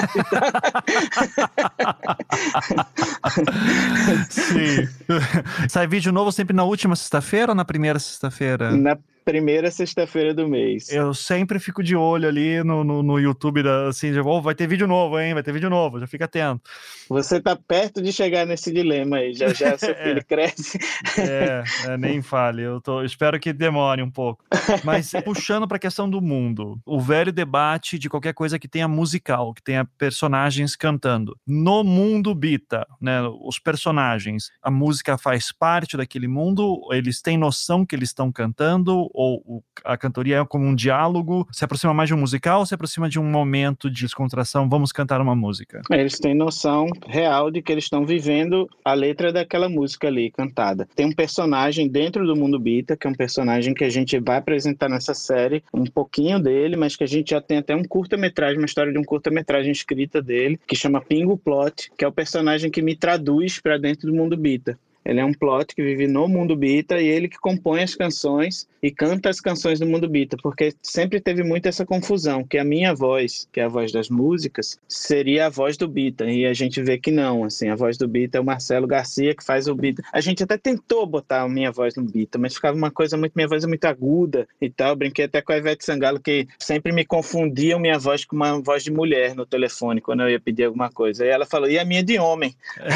Sim. Sai vídeo novo sempre na última sexta-feira ou na primeira sexta-feira? Na primeira sexta-feira do mês. Eu sempre fico de olho ali no, no, no YouTube, da, assim, de, oh, vai ter vídeo novo, hein? Vai ter vídeo novo, já fica atento. Você tá perto de chegar nesse dilema aí, já já seu filho é. cresce. É, é, nem fale, eu tô, espero que demore um pouco. Mas puxando para a questão do mundo, o velho debate de qualquer coisa que tenha musical, que tenha personagens cantando. No Mundo Bita, né, os personagens, a música faz parte daquele mundo, eles têm noção que eles estão cantando, ou a cantoria é como um diálogo, se aproxima mais de um musical ou se aproxima de um momento de descontração, vamos cantar uma música? Eles têm noção real de que eles estão vivendo a letra daquela música ali, cantada. Tem um personagem dentro do Mundo Bita, que é um personagem que a gente vai apresentar nessa série, um pouquinho dele, mas que a gente já tem até um curta-metragem, uma história de um curta-metragem escrita dele, que chama Pingo Plot, que é o personagem que me traduz para dentro do Mundo Bita. Ele é um plot que vive no Mundo Bita e ele que compõe as canções e canta as canções do Mundo Bita, porque sempre teve muito essa confusão, que a minha voz, que é a voz das músicas, seria a voz do Bita, e a gente vê que não, assim, a voz do Bita é o Marcelo Garcia que faz o Bita. A gente até tentou botar a minha voz no Bita, mas ficava uma coisa muito, minha voz é muito aguda e tal, eu brinquei até com a Ivete Sangalo, que sempre me confundia minha voz com uma voz de mulher no telefone, quando eu ia pedir alguma coisa, e ela falou, e a minha de homem?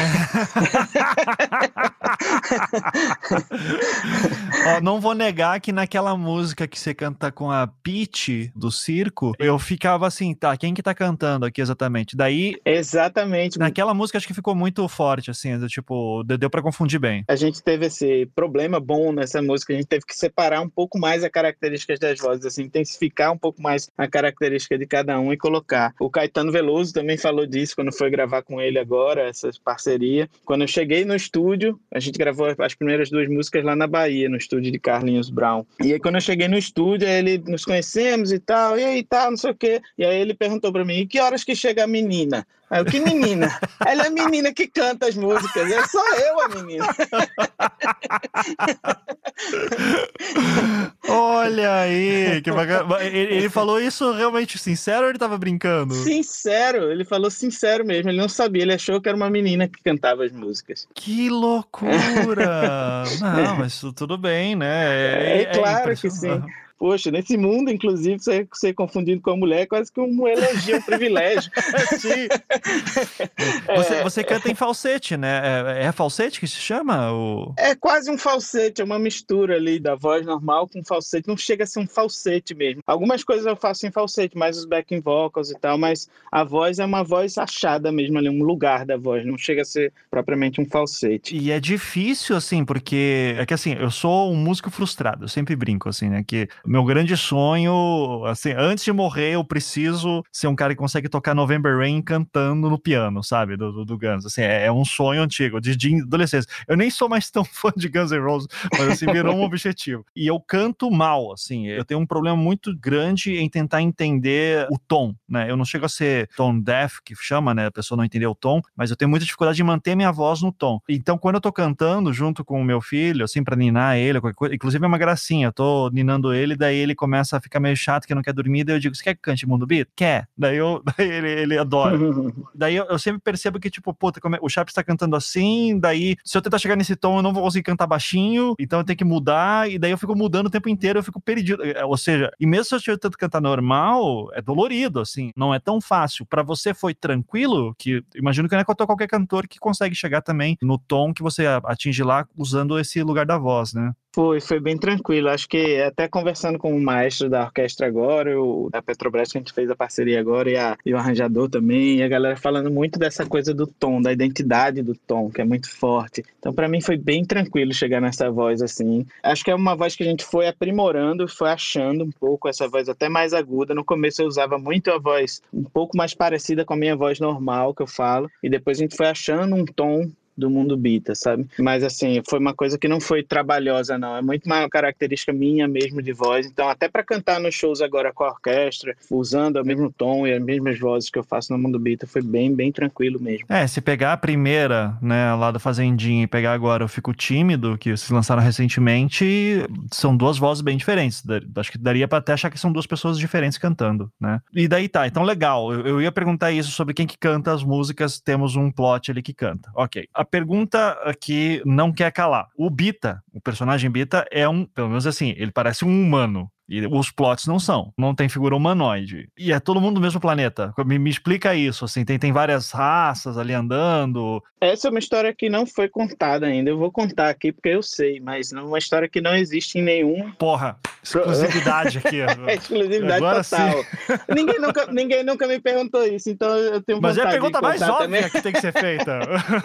Ó, não vou negar que naquela música que você canta com a Pitty do circo, eu ficava assim, tá, quem que tá cantando aqui exatamente? Daí... Exatamente. Naquela música acho que ficou muito forte, assim, tipo, deu pra confundir bem. A gente teve esse problema bom nessa música, a gente teve que separar um pouco mais as características das vozes, assim, intensificar um pouco mais a característica de cada um e colocar. O Caetano Veloso também falou disso quando foi gravar com ele agora, essa parceria. Quando eu cheguei no estúdio, a gente gravou as primeiras duas músicas lá na Bahia, no estúdio de Carlinhos Brown. E aí quando eu cheguei no estúdio, ele, nos conhecemos e tal, e aí tal, não sei o quê. E aí ele perguntou pra mim, e que horas que chega a menina? Aí eu, que menina? Ela é a menina que canta as músicas, é só eu a menina. Olha aí, que bacana. Ele, ele falou isso realmente sincero ou ele tava brincando? Sincero, ele falou sincero mesmo, ele não sabia, ele achou que era uma menina que cantava as músicas. Que loucura! Não, mas tudo bem, né? É, é claro é que sim. Poxa, nesse mundo, inclusive, ser, ser confundido com a mulher é quase que um elogio, um privilégio. Sim. Você, é, você canta em falsete, né? É, é falsete que se chama? O... É quase um falsete, é uma mistura ali da voz normal com falsete. Não chega a ser um falsete mesmo. Algumas coisas eu faço em falsete, mais os backing vocals e tal, mas a voz é uma voz achada mesmo ali, um lugar da voz. Não chega a ser propriamente um falsete. E é difícil, assim, porque... É que, assim, eu sou um músico frustrado. Eu sempre brinco, assim, né? Que meu grande sonho, assim, antes de morrer, eu preciso ser um cara que consegue tocar November Rain cantando no piano, sabe, do, do, do Guns. Assim, é, é um sonho antigo, de, de adolescência. Eu nem sou mais tão fã de Guns N' Roses, mas, assim, virou um objetivo. E eu canto mal, assim, eu tenho um problema muito grande em tentar entender o tom, né, eu não chego a ser tone deaf, que chama, né, a pessoa não entender o tom, mas eu tenho muita dificuldade de manter minha voz no tom. Então, quando eu tô cantando junto com o meu filho, assim, pra ninar ele, qualquer coisa, inclusive é uma gracinha, eu tô ninando ele, daí ele começa a ficar meio chato, que não quer dormir, daí eu digo, você quer que cante Mundo Bita? Quer. Daí, eu, daí ele, ele adora. Daí eu, eu sempre percebo que, tipo, puta, como é, o Chaps tá cantando assim, daí se eu tentar chegar nesse tom, eu não vou conseguir cantar baixinho, então eu tenho que mudar, e daí eu fico mudando o tempo inteiro, eu fico perdido. Ou seja, e mesmo se eu tento cantar normal, é dolorido, assim, não é tão fácil. Pra você foi tranquilo? Que imagino que não é qualquer cantor que consegue chegar também no tom que você atinge lá usando esse lugar da voz, né? Foi, foi bem tranquilo. Acho que até conversando com o maestro da orquestra agora, o da Petrobras, que a gente fez a parceria agora, e, a, e o arranjador também, e a galera falando muito dessa coisa do tom, da identidade do tom, que é muito forte. Então, para mim, foi bem tranquilo chegar nessa voz assim. Acho que é uma voz que a gente foi aprimorando, foi achando um pouco essa voz até mais aguda. No começo eu usava muito a voz um pouco mais parecida com a minha voz normal que eu falo, e depois a gente foi achando um tom do mundo bita, sabe? Mas assim, foi uma coisa que não foi trabalhosa, não. É muito mais uma característica minha mesmo de voz. Então, até para cantar nos shows agora com a orquestra, usando o mesmo tom e as mesmas vozes que eu faço no mundo bita, foi bem, bem tranquilo mesmo. É, se pegar a primeira, né, lá do Fazendinha, e pegar agora Eu Fico Tímido, que vocês lançaram recentemente, são duas vozes bem diferentes. Acho que daria para até achar que são duas pessoas diferentes cantando, né? E daí tá, então legal. Eu, eu ia perguntar isso sobre quem que canta as músicas, temos um plot ali que canta. Ok. A pergunta aqui não quer calar. O Bita, o personagem Bita, é um, pelo menos assim, ele parece um humano. E os plots não são, não tem figura humanoide. E é todo mundo do mesmo planeta. Me, me explica isso, assim, tem, tem várias raças ali andando. Essa é uma história que não foi contada ainda. Eu vou contar aqui porque eu sei, mas é uma história que não existe em nenhum... Porra, exclusividade aqui. É exclusividade agora total. ninguém, nunca, ninguém nunca me perguntou isso, então eu tenho mas vontade é a pergunta de mais contar óbvia também. que tem que ser feita.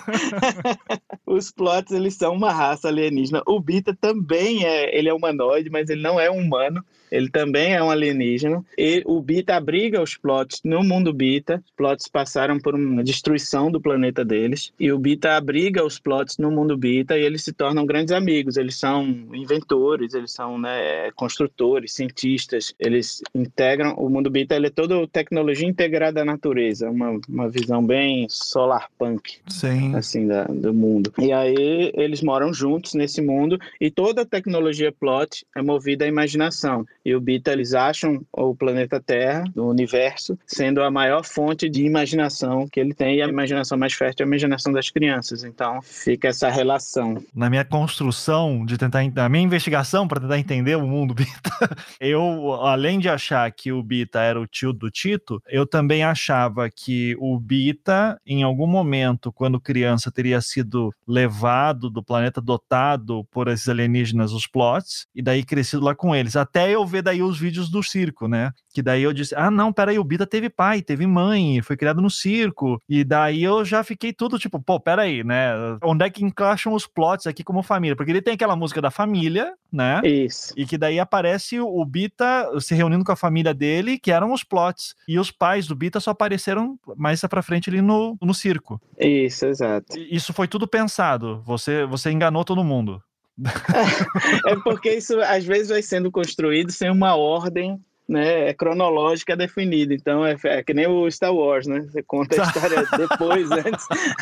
Os plots, eles são uma raça alienígena. O Bita também é, ele é humanoide, mas ele não é um humano. Ele também é um alienígena. E o Bita abriga os plots no mundo Bita. Os plots passaram por uma destruição do planeta deles. E o Bita abriga os plots no mundo Bita e eles se tornam grandes amigos. Eles são inventores, eles são, né, construtores, cientistas. Eles integram... O mundo Bita, ele é todo tecnologia integrada à natureza. Uma, uma visão bem solar punk. Sim. Assim, da, do mundo. E aí eles moram juntos nesse mundo e toda a tecnologia plot é movida à imaginação. E o Bita, eles acham o planeta Terra, o universo, sendo a maior fonte de imaginação que ele tem, e a imaginação mais fértil é a imaginação das crianças. Então, fica essa relação. Na minha construção, de tentar, na minha investigação para tentar entender o mundo Bita, eu, além de achar que o Bita era o tio do Tito, eu também achava que o Bita, em algum momento, quando criança, teria sido levado do planeta dotado por esses alienígenas, os plots, e daí crescido lá com eles. Até eu ver daí os vídeos do circo, né? Que daí eu disse, ah, não, peraí, o Bita teve pai, teve mãe, foi criado no circo. E daí eu já fiquei tudo tipo, pô, peraí, né? Onde é que encaixam os plots aqui como família? Porque ele tem aquela música da família, né? Isso. E que daí aparece o Bita se reunindo com a família dele, que eram os plots. E os pais do Bita só apareceram mais pra frente ali no, no circo. Isso, exato. Isso foi tudo pensado. Você, você enganou todo mundo. É porque isso às vezes vai sendo construído sem uma ordem, né, cronológica definida. Então é, é que nem o Star Wars, né? Você conta a história depois, antes.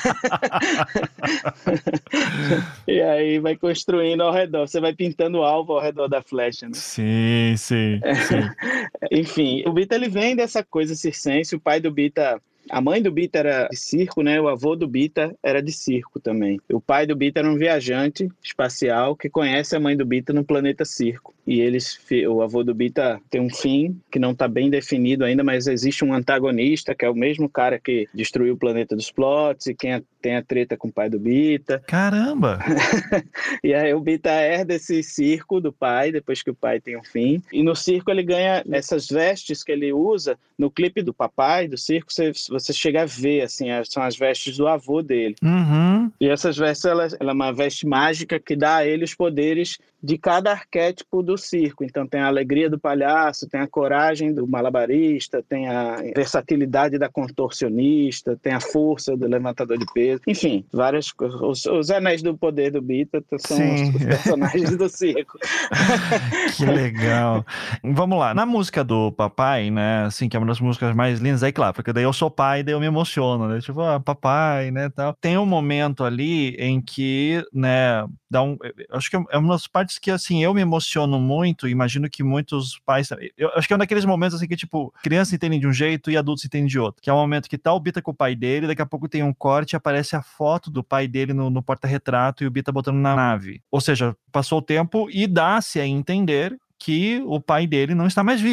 E aí vai construindo ao redor. Você vai pintando o alvo ao redor da flecha, né? Sim, sim, sim. Enfim, o Bita, ele vem dessa coisa circense. O pai do Bita... A mãe do Bita era de circo, né? O avô do Bita era de circo também. O pai do Bita era um viajante espacial que conhece a mãe do Bita no planeta Circo. E eles, o avô do Bita tem um fim que não está bem definido ainda, mas existe um antagonista, que é o mesmo cara que destruiu o planeta dos plots e quem tem a treta com o pai do Bita. Caramba! E aí o Bita herda esse circo do pai, depois que o pai tem um fim. E no circo ele ganha essas vestes que ele usa. No clipe do papai, do circo, você, você chega a ver, assim, são as vestes do avô dele. Uhum. E essas vestes, ela, ela é uma veste mágica que dá a ele os poderes de cada arquétipo do circo. Então tem a alegria do palhaço, tem a coragem do malabarista, tem a versatilidade da contorcionista, tem a força do levantador de peso. Enfim, várias coisas. Os, os anéis do poder do Bita são os, os personagens do circo. Que legal. Vamos lá. Na música do papai, né, assim, que é uma das músicas mais lindas, aí claro, porque daí eu sou pai, daí eu me emociono, né, tipo, ah, papai, né, tal. Tem um momento ali em que, né, dá um, acho que é uma das partes que, assim, eu me emociono muito, imagino que muitos pais, eu acho que é um daqueles momentos, assim, que, tipo, crianças entendem de um jeito e adultos entendem de outro, que é o momento que tá o Bita com o pai dele, daqui a pouco tem um corte e aparece a foto do pai dele no, no porta-retrato e o Bita botando na nave. Ou seja, passou o tempo e dá-se a entender que o pai dele não está mais vivo.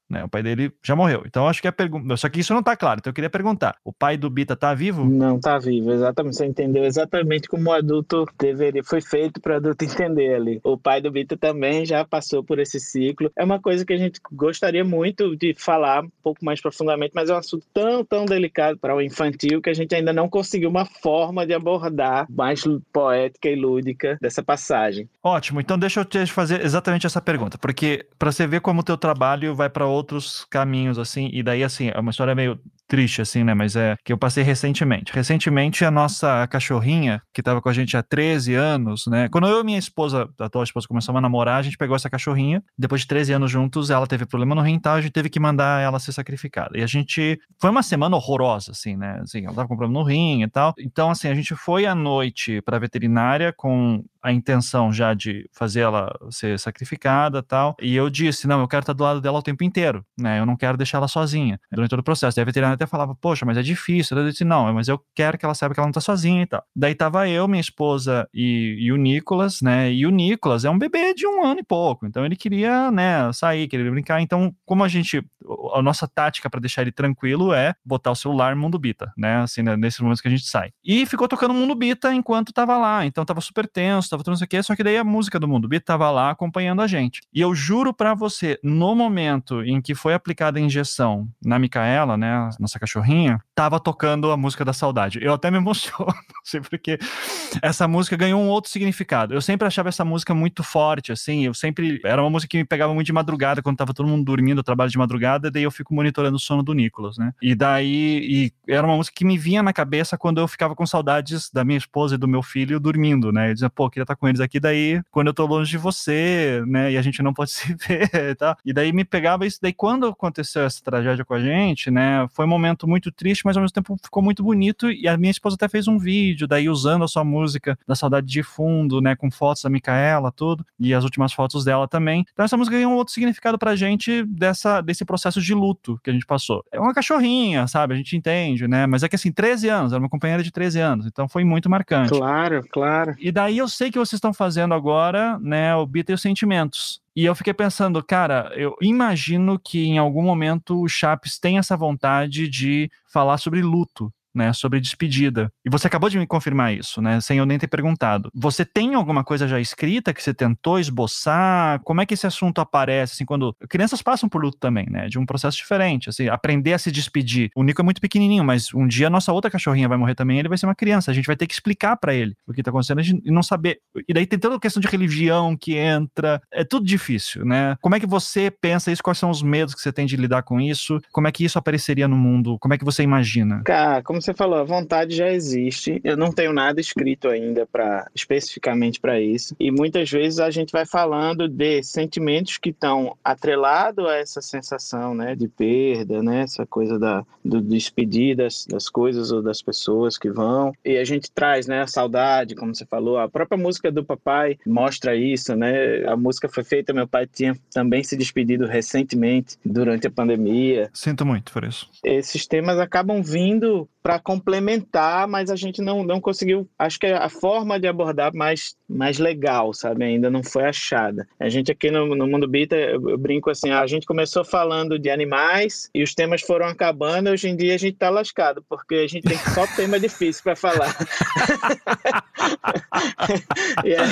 né? O pai dele já morreu. Então, acho que a pergunta... Só que isso não tá claro, então eu queria perguntar. O pai do Bita tá vivo? Não tá vivo, exatamente. Você entendeu exatamente como o adulto deveria... Foi feito para o adulto entender ali. O pai do Bita também já passou por esse ciclo. É uma coisa que a gente gostaria muito de falar um pouco mais profundamente, mas é um assunto tão, tão delicado para o infantil que a gente ainda não conseguiu uma forma de abordar mais poética e lúdica dessa passagem. Ótimo, então deixa eu te fazer exatamente essa pergunta, porque para você ver como o teu trabalho vai para outros caminhos, assim, e daí, assim, é uma história meio triste, assim, né, mas é que eu passei recentemente. Recentemente, a nossa cachorrinha, que estava com a gente há treze anos, né, quando eu e minha esposa, a atual esposa, começamos a namorar, a gente pegou essa cachorrinha, depois de treze anos juntos, ela teve problema no rim e tal, a gente teve que mandar ela ser sacrificada. E a gente, foi uma semana horrorosa, assim, né, assim, ela tava com problema no rim e tal, então, assim, a gente foi à noite pra veterinária com a intenção já de fazer ela ser sacrificada e tal, e eu disse, não, eu quero estar do lado dela o tempo inteiro, né, eu não quero deixar ela sozinha durante todo o processo. E a veterinária até falava, poxa, mas é difícil. Eu disse, não, mas eu quero que ela saiba que ela não tá sozinha e tal. Daí tava eu, minha esposa e, e o Nicolas, né, e o Nicolas é um bebê de um ano e pouco, então ele queria, né, sair, queria brincar, então como a gente, a nossa tática pra deixar ele tranquilo é botar o celular Mundo Bita, né, assim, né, nesses momentos que a gente sai. E ficou tocando Mundo Bita enquanto tava lá, então tava super tenso, tava tudo isso aqui, só que daí a música do Mundo Bita tava lá acompanhando a gente. E eu juro pra você, no momento em que foi aplicada a injeção na Micaela, né, nossa cachorrinha, tava tocando a música da saudade. Eu até me emociono, não sei porque essa música ganhou um outro significado. Eu sempre achava essa música muito forte, assim, eu sempre, era uma música que me pegava muito de madrugada, quando tava todo mundo dormindo, eu trabalho de madrugada, daí eu fico monitorando o sono do Nicolas, né, e daí, e era uma música que me vinha na cabeça quando eu ficava com saudades da minha esposa e do meu filho dormindo, né, eu dizia, pô, eu queria estar com eles aqui, daí, quando eu tô longe de você, né, e a gente não pode se ver e tal, e daí me pegava isso, daí quando aconteceu essa tragédia com a gente, né, foi um momento muito triste, mas ao mesmo tempo ficou muito bonito, e a minha esposa até fez um vídeo, daí usando a sua música da saudade de fundo, né, com fotos da Micaela, tudo, e as últimas fotos dela também. Então essa música ganhou um outro significado pra gente dessa, desse processo de luto que a gente passou. É uma cachorrinha, sabe, a gente entende, né, mas é que assim, treze anos, era uma companheira de treze anos, então foi muito marcante. Claro, claro. E daí eu sei que vocês estão fazendo agora, né, o Bita e os Sentimentos. E eu fiquei pensando, cara, eu imagino que em algum momento o Chaps tem essa vontade de falar sobre luto, né, sobre despedida. E você acabou de me confirmar isso, né, sem eu nem ter perguntado. Você tem alguma coisa já escrita que você tentou esboçar? Como é que esse assunto aparece, assim, quando... Crianças passam por luto também, né, de um processo diferente, assim, aprender a se despedir. O Nico é muito pequenininho, mas um dia a nossa outra cachorrinha vai morrer também, ele vai ser uma criança, a gente vai ter que explicar pra ele o que tá acontecendo e não saber. E daí tem toda a questão de religião que entra, é tudo difícil, né? Como é que você pensa isso? Quais são os medos que você tem de lidar com isso? Como é que isso apareceria no mundo? Como é que você imagina? Cara, como você falou, a vontade já existe. Eu não tenho nada escrito ainda para especificamente para isso. E muitas vezes a gente vai falando de sentimentos que estão atrelados a essa sensação, né, de perda, né, essa coisa da do despedir das, das coisas ou das pessoas que vão. E a gente traz, né, a saudade, como você falou. A própria música do papai mostra isso, né? A música foi feita, meu pai tinha também se despedido recentemente durante a pandemia. Sinto muito por isso. Esses temas acabam vindo para complementar, mas a gente não, não conseguiu, acho que a forma de abordar mais, mais legal, sabe, ainda não foi achada. A gente aqui no, no Mundo Bita, eu, eu brinco assim, a gente começou falando de animais e os temas foram acabando, hoje em dia a gente tá lascado, porque a gente tem só tema difícil para falar. e, aí,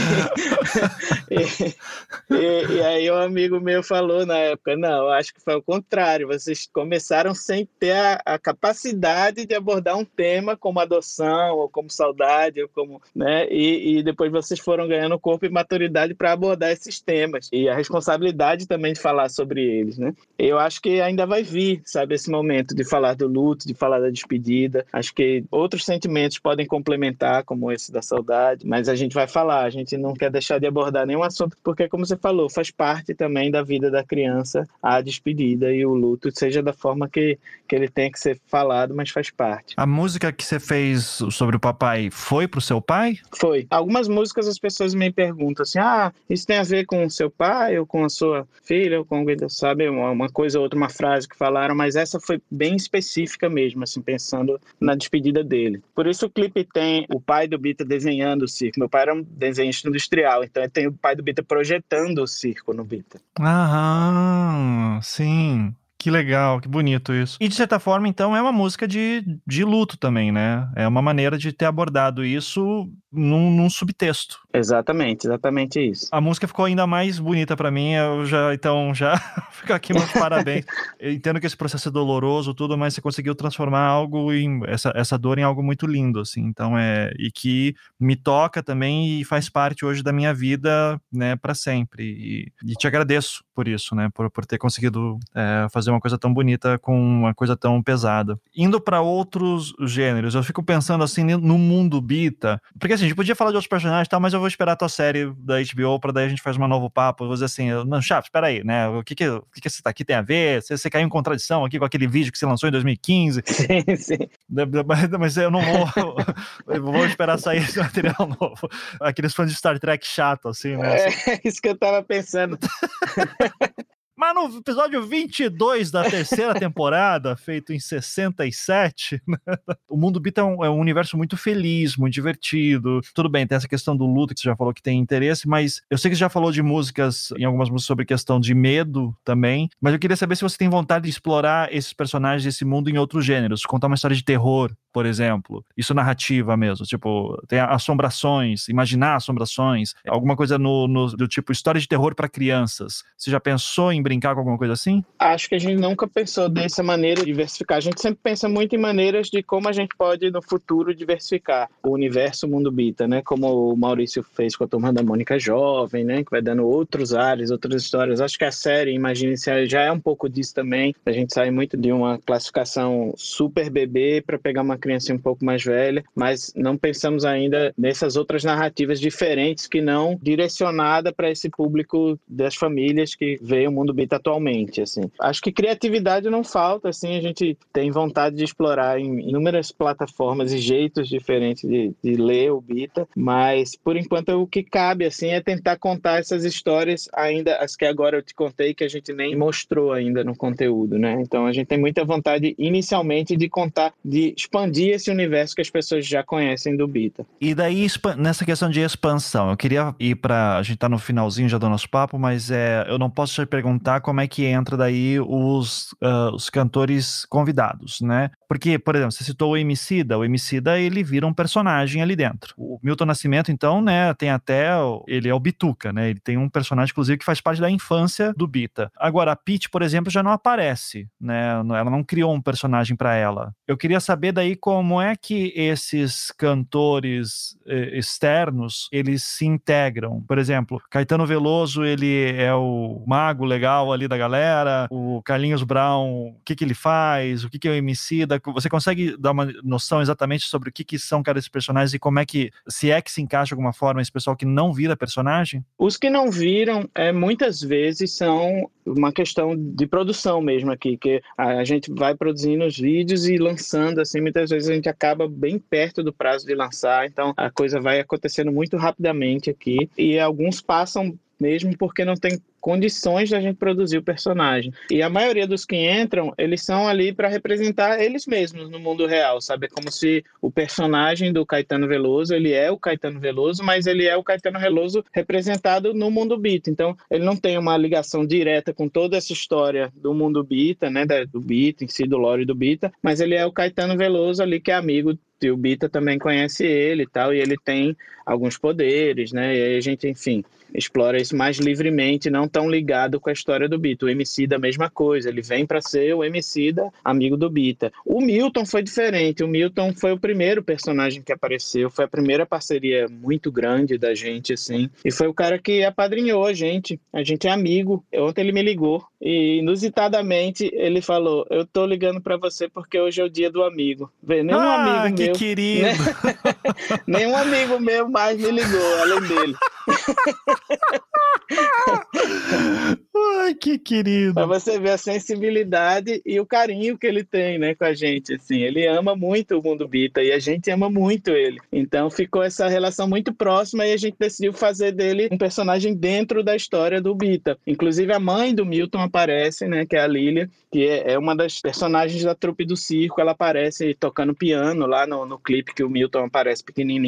e, e, e aí um amigo meu falou na época, não, acho que foi o contrário, vocês começaram sem ter a, a capacidade de abordar um tema como adoção, ou como saudade, ou como, né? E, e depois vocês foram ganhando corpo e maturidade para abordar esses temas. E a responsabilidade também de falar sobre eles, né? Eu acho que ainda vai vir, sabe, esse momento de falar do luto, de falar da despedida. Acho que outros sentimentos podem complementar, como esse da saudade, mas a gente vai falar, a gente não quer deixar de abordar nenhum assunto, porque, como você falou, faz parte também da vida da criança a despedida e o luto, seja da forma que, que ele tem que ser falado, mas faz parte. A música que você fez sobre o papai foi pro seu pai? Foi. Algumas músicas as pessoas me perguntam assim, ah, isso tem a ver com o seu pai ou com a sua filha ou com alguém, sabe, uma coisa ou outra, uma frase que falaram, mas essa foi bem específica mesmo, assim, pensando na despedida dele. Por isso o clipe tem o pai do Bita desenhando o circo. Meu pai era um desenhista industrial, então tem o pai do Bita projetando o circo no Bita. Ah, sim. Que legal, que bonito isso. E de certa forma, então, é uma música de, de luto também, né? É uma maneira de ter abordado isso num, num subtexto. Exatamente, exatamente isso. A música ficou ainda mais bonita pra mim, eu já, então, já fica aqui meus parabéns. Eu entendo que esse processo é doloroso, tudo, mas você conseguiu transformar algo em, essa, essa dor em algo muito lindo, assim, então é, e que me toca também e faz parte hoje da minha vida, né, pra sempre. E, e te agradeço por isso, né, por, por ter conseguido é, fazer uma coisa tão bonita com uma coisa tão pesada. Indo pra outros gêneros, eu fico pensando assim no mundo Bita, porque assim, a gente podia falar de outros personagens e tal, mas eu vou esperar a tua série da H B O pra daí a gente faz um novo papo. Eu vou dizer assim, não, Chaves, espera aí, né, o que que, o que que esse aqui tem a ver? Você, você caiu em contradição aqui com aquele vídeo que você lançou em dois mil e quinze? Sim, sim. Mas, mas eu não vou, eu vou esperar sair esse material novo. Aqueles fãs de Star Trek chato, assim, né? É isso que eu tava pensando. Mas no episódio vinte e dois da terceira temporada, feito em sessenta e sete, né? O mundo Bita é um, é um universo muito feliz, muito divertido. Tudo bem, tem essa questão do luto que você já falou que tem interesse, mas eu sei que você já falou de músicas, em algumas músicas, sobre questão de medo também, mas eu queria saber se você tem vontade de explorar esses personagens, esse mundo em outros gêneros, contar uma história de terror, por exemplo. Isso narrativa mesmo, tipo, tem assombrações, imaginar assombrações, alguma coisa no, no, do tipo história de terror para crianças. Você já pensou em brincar com alguma coisa assim? Acho que a gente nunca pensou dessa maneira de diversificar. A gente sempre pensa muito em maneiras de como a gente pode, no futuro, diversificar o universo Mundo Bita, né? Como o Maurício fez com a Turma da Mônica Jovem, né? Que vai dando outros ares, outras histórias. Acho que a série Imagine-se já é um pouco disso também. A gente sai muito de uma classificação super bebê para pegar uma criança um pouco mais velha, mas não pensamos ainda nessas outras narrativas diferentes que não direcionada para esse público das famílias que veem o Mundo Bita atualmente, assim. Acho que criatividade não falta, assim, a gente tem vontade de explorar em inúmeras plataformas e jeitos diferentes de, de ler o Bita, mas por enquanto o que cabe, assim, é tentar contar essas histórias ainda, as que agora eu te contei, que a gente nem mostrou ainda no conteúdo, né? Então a gente tem muita vontade, inicialmente, de contar, de expandir esse universo que as pessoas já conhecem do Bita. E daí, nessa questão de expansão, eu queria ir pra, a gente tá no finalzinho já do nosso papo, mas é, eu não posso te perguntar como é que entra daí os, uh, os cantores convidados, né? Porque, por exemplo, você citou o Emicida, o Emicida, ele vira um personagem ali dentro. O Milton Nascimento, então, né, tem até, ele é o Bituca, né? Ele tem um personagem, inclusive, que faz parte da infância do Bita. Agora, a Pitty, por exemplo, já não aparece, né? Ela não criou um personagem para ela. Eu queria saber daí como é que esses cantores eh, externos, eles se integram. Por exemplo, Caetano Veloso, ele é o mago legal ali da galera, o Carlinhos Brown, o que que ele faz, o que que é o Emicida, você consegue dar uma noção exatamente sobre o que que são cada esses personagens e como é que, se é que se encaixa de alguma forma esse pessoal que não vira personagem? Os que não viram, é, muitas vezes são uma questão de produção mesmo aqui, que a gente vai produzindo os vídeos e lançando, assim, muitas vezes a gente acaba bem perto do prazo de lançar, então a coisa vai acontecendo muito rapidamente aqui, e alguns passam mesmo porque não tem condições da gente produzir o personagem. E a maioria dos que entram, eles são ali para representar eles mesmos no mundo real, sabe? É como se o personagem do Caetano Veloso, ele é o Caetano Veloso, mas ele é o Caetano Veloso representado no mundo Bita. Então, ele não tem uma ligação direta com toda essa história do mundo Bita, né? Do Bita, em si, do lore do Bita, mas ele é o Caetano Veloso ali, que é amigo, e o Bita também conhece ele e tal, e ele tem alguns poderes, né? E aí a gente, enfim, explora isso mais livremente, não tão ligado com a história do Bita. O Emicida, a mesma coisa, ele vem para ser o Emicida, amigo do Bita. O Milton foi diferente, o Milton foi o primeiro personagem que apareceu, foi a primeira parceria muito grande da gente, assim, e foi o cara que apadrinhou a gente, a gente é amigo. Ontem ele me ligou e, inusitadamente, ele falou, eu tô ligando para você porque hoje é o dia do amigo. Vê, nenhum ah, amigo que meu... querido! Né? Nenhum amigo meu mais me ligou, além dele. Ai, que querido! Pra você ver a sensibilidade e o carinho que ele tem, né, com a gente, assim. Ele ama muito o mundo Bita e a gente ama muito ele. Então ficou essa relação muito próxima e a gente decidiu fazer dele um personagem dentro da história do Bita. Inclusive a mãe do Milton aparece, né, que é a Lília, que é uma das personagens da trupe do circo. Ela aparece tocando piano lá no, no clipe que o Milton aparece pequenininho.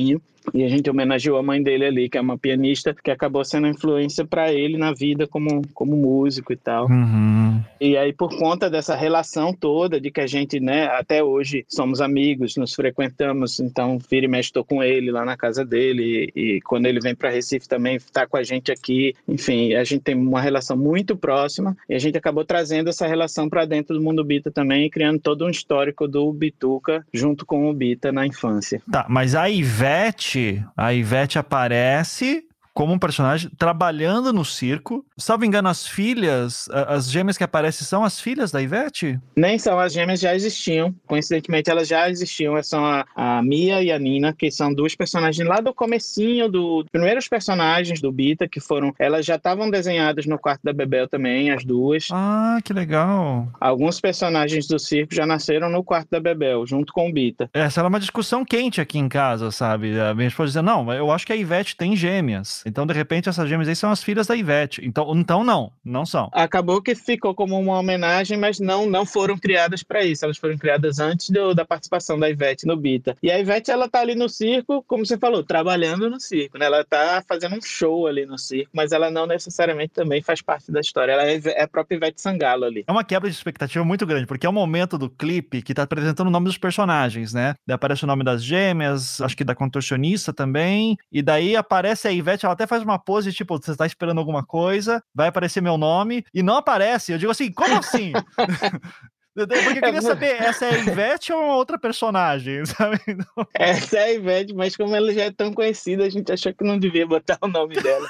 E a gente homenageou a mãe dele ali, que é uma pianista que acabou sendo influência para ele na vida como, como músico e tal. Uhum. E aí, por conta dessa relação toda, de que a gente, né, até hoje somos amigos, nos frequentamos, então vira e mexe, estou com ele lá na casa dele, e, e quando ele vem para Recife também está com a gente aqui. Enfim, a gente tem uma relação muito próxima, e a gente acabou trazendo essa relação para dentro do Mundo Bita também, e criando todo um histórico do Bituca junto com o Bita na infância. Tá, mas a Ivete, a Ivete aparece como um personagem trabalhando no circo. Salvo engano, as filhas, as gêmeas que aparecem são as filhas da Ivete? Nem são, as gêmeas já existiam. Coincidentemente, elas já existiam. São a, a Mia e a Nina, que são duas personagens lá do comecinho, do primeiros personagens do Bita, que foram... Elas já estavam desenhadas no quarto da Bebel também, as duas. Ah, que legal. Alguns personagens do circo já nasceram no quarto da Bebel, junto com o Bita. Essa era uma discussão quente aqui em casa, sabe? A minha esposa dizia, não, eu acho que a Ivete tem gêmeas. Então, de repente, essas gêmeas aí são as filhas da Ivete. Então, então não, não são. Acabou que ficou como uma homenagem, mas não, não foram criadas para isso. Elas foram criadas antes do, da participação da Ivete no Bita. E a Ivete, ela tá ali no circo, como você falou, trabalhando no circo, né? Ela tá fazendo um show ali no circo, mas ela não necessariamente também faz parte da história. Ela é a própria Ivete Sangalo ali. É uma quebra de expectativa muito grande, porque é o momento do clipe que tá apresentando o nome dos personagens, né? Daí aparece o nome das gêmeas, acho que da contorcionista também, e daí aparece a Ivete, ela até faz uma pose, tipo, você tá esperando alguma coisa, vai aparecer meu nome, e não aparece. Eu digo assim, como assim? Porque eu queria saber, essa é a Ivete ou é uma outra personagem, sabe? Essa é a Ivete, mas como ela já é tão conhecida, a gente achou que não devia botar o nome dela.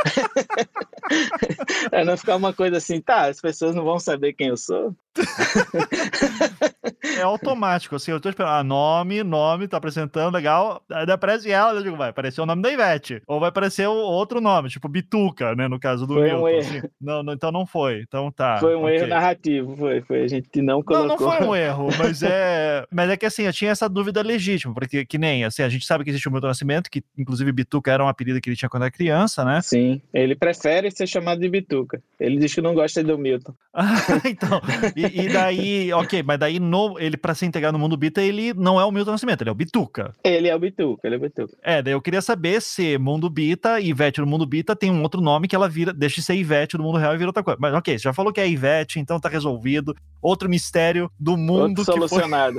Pra não ficar uma coisa assim, tá, as pessoas não vão saber quem eu sou. É automático, assim, eu tô esperando, ah, nome, nome, tá apresentando, legal, aí aparece ela, eu digo, vai aparecer o nome da Ivete, ou vai aparecer o outro nome, tipo Bituca, né, no caso do foi Milton. Um erro. Assim. Não, não, então não foi, então tá. Foi um okay. erro narrativo, foi, foi, a gente não colocou. Não, não foi um erro, mas é, mas é que assim, eu tinha essa dúvida legítima, porque que nem, assim, a gente sabe que existe o Milton Nascimento, que inclusive Bituca era um apelido que ele tinha quando era criança, né? Sim, ele prefere ser chamado de Bituca, ele diz que não gosta do Milton. Ah, então, e, e daí, ok, mas daí no, ele, pra se integrar no Mundo Bita, ele não é o Milton Nascimento, ele é o Bituca. Ele é o Bituca, ele é o Bituca. É, daí eu queria saber se Mundo Bita e Ivete no Mundo Bita tem um outro nome que ela vira, deixa de ser Ivete no mundo real e vira outra coisa. Mas ok, você já falou que é Ivete, então tá resolvido. Outro mistério do mundo outro solucionado.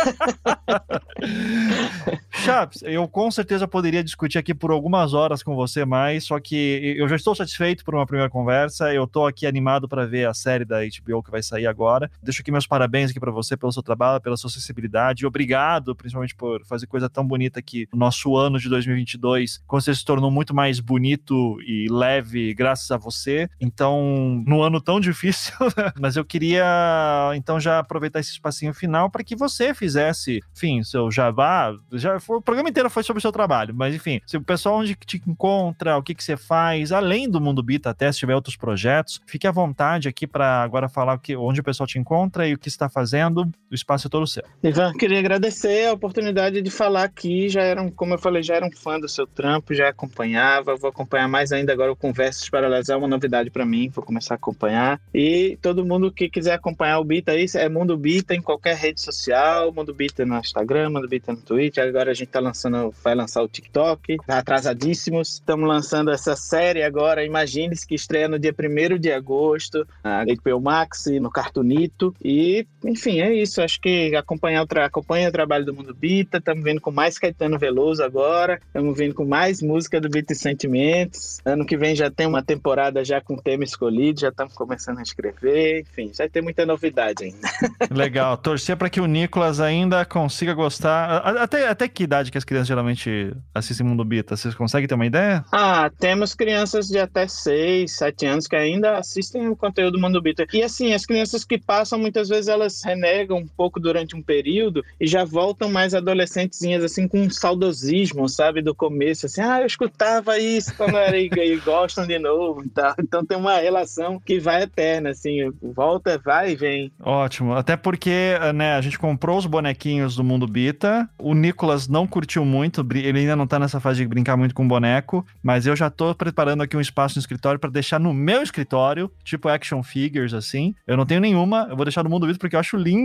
Foi... Chaps, eu com certeza poderia discutir aqui por algumas horas com você mais, só que eu já estou satisfeito por uma primeira conversa, eu tô aqui animado para ver a série da H B O que vai sair agora. Deixo aqui meus parabéns aqui para você pelo seu trabalho, pela sua sensibilidade, obrigado principalmente por fazer coisa tão bonita que o nosso ano de dois mil e vinte e dois, com certeza se tornou muito mais bonito e leve graças a você, então num ano tão difícil, mas eu queria então já aproveitar esse espacinho final para que você fizesse, enfim, seu jabá, já foi, o programa inteiro foi sobre o seu trabalho, mas enfim, se o pessoal onde te encontra, o que que você faz, além do Mundo Bita, até se tiver outros projetos, fique à vontade aqui para agora falar o que, onde o pessoal te encontra e o que está fazendo, o espaço é todo seu. Ivan, queria agradecer a oportunidade de falar aqui, já era, como eu falei, já era um fã do seu trampo, já acompanhava, vou acompanhar mais ainda agora o Conversas Paralelas, é uma novidade para mim, vou começar a acompanhar, e todo mundo que quiser acompanhar o Bita, isso é Mundo Bita em qualquer rede social, Mundo Bita no Instagram, Mundo Bita no Twitter, agora a gente tá lançando, vai lançar o TikTok, tá atrasadíssimos, estamos lançando essa série agora, Imagine-se, que estreia no dia primeiro de agosto, na H B O Max, no Cartoonito, e enfim, é isso, acho que acompanhar o, tra- acompanha o trabalho do Mundo Bita, estamos vindo com mais Caetano Veloso agora, estamos vindo com mais música do Bita e Sentimentos, ano que vem já tem uma temporada já com tema escolhido, já estamos começando a escrever, enfim, já tem muita novidade ainda. Legal, torcer para que o Nicolas ainda consiga gostar, até, até que idade que as crianças geralmente assistem Mundo Bita, vocês conseguem ter uma ideia? Ah, temos crianças de até seis, sete anos que ainda assistem o conteúdo do Mundo Bita. E assim, as crianças que passam, muitas vezes elas renegam um pouco durante um período e já voltam mais adolescentezinhas, assim, com um saudosismo, sabe, do começo, assim, ah, eu escutava isso quando era e, e gostam de novo e tal. Então tem uma relação que vai eterna, assim, volta, vai e vem. Ótimo, até porque, né, a gente comprou os bonequinhos do Mundo Bita, o Nicolas não curtiu muito, ele ainda não tá nessa fase de brincar muito com boneco, mas eu já tô preparando aqui um espaço no escritório para deixar no meu escritório, tipo action figures, assim. Eu não tenho nenhuma, eu vou deixar no Mundo Bita porque eu acho lindos os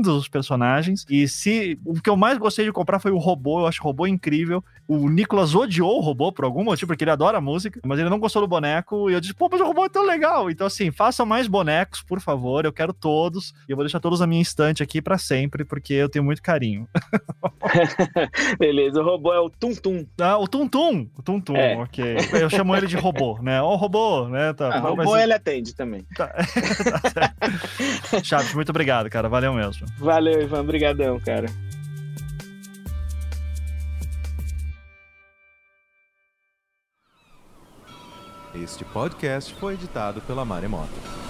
personagens. E se o que eu mais gostei de comprar foi o robô, eu acho o robô incrível. O Nicolas odiou o robô por algum motivo, porque ele adora música, mas ele não gostou do boneco. E eu disse, pô, mas o robô é tão legal. Então, assim, façam mais bonecos, por favor. Eu quero todos. E eu vou deixar todos na minha estante aqui pra sempre, porque eu tenho muito carinho. Beleza, o robô é o Tum Tum. Ah, o Tum Tum. O Tum Tum, é. Ok. Eu chamo ele de robô, né? Ó, o robô, né? Tá, ah, mas... robô ele atende também. Tá. Tá certo. Chaves, muito obrigado, cara. Valeu mesmo. Valeu, Ivan. Obrigadão, cara. Este podcast foi editado pela Maremoto.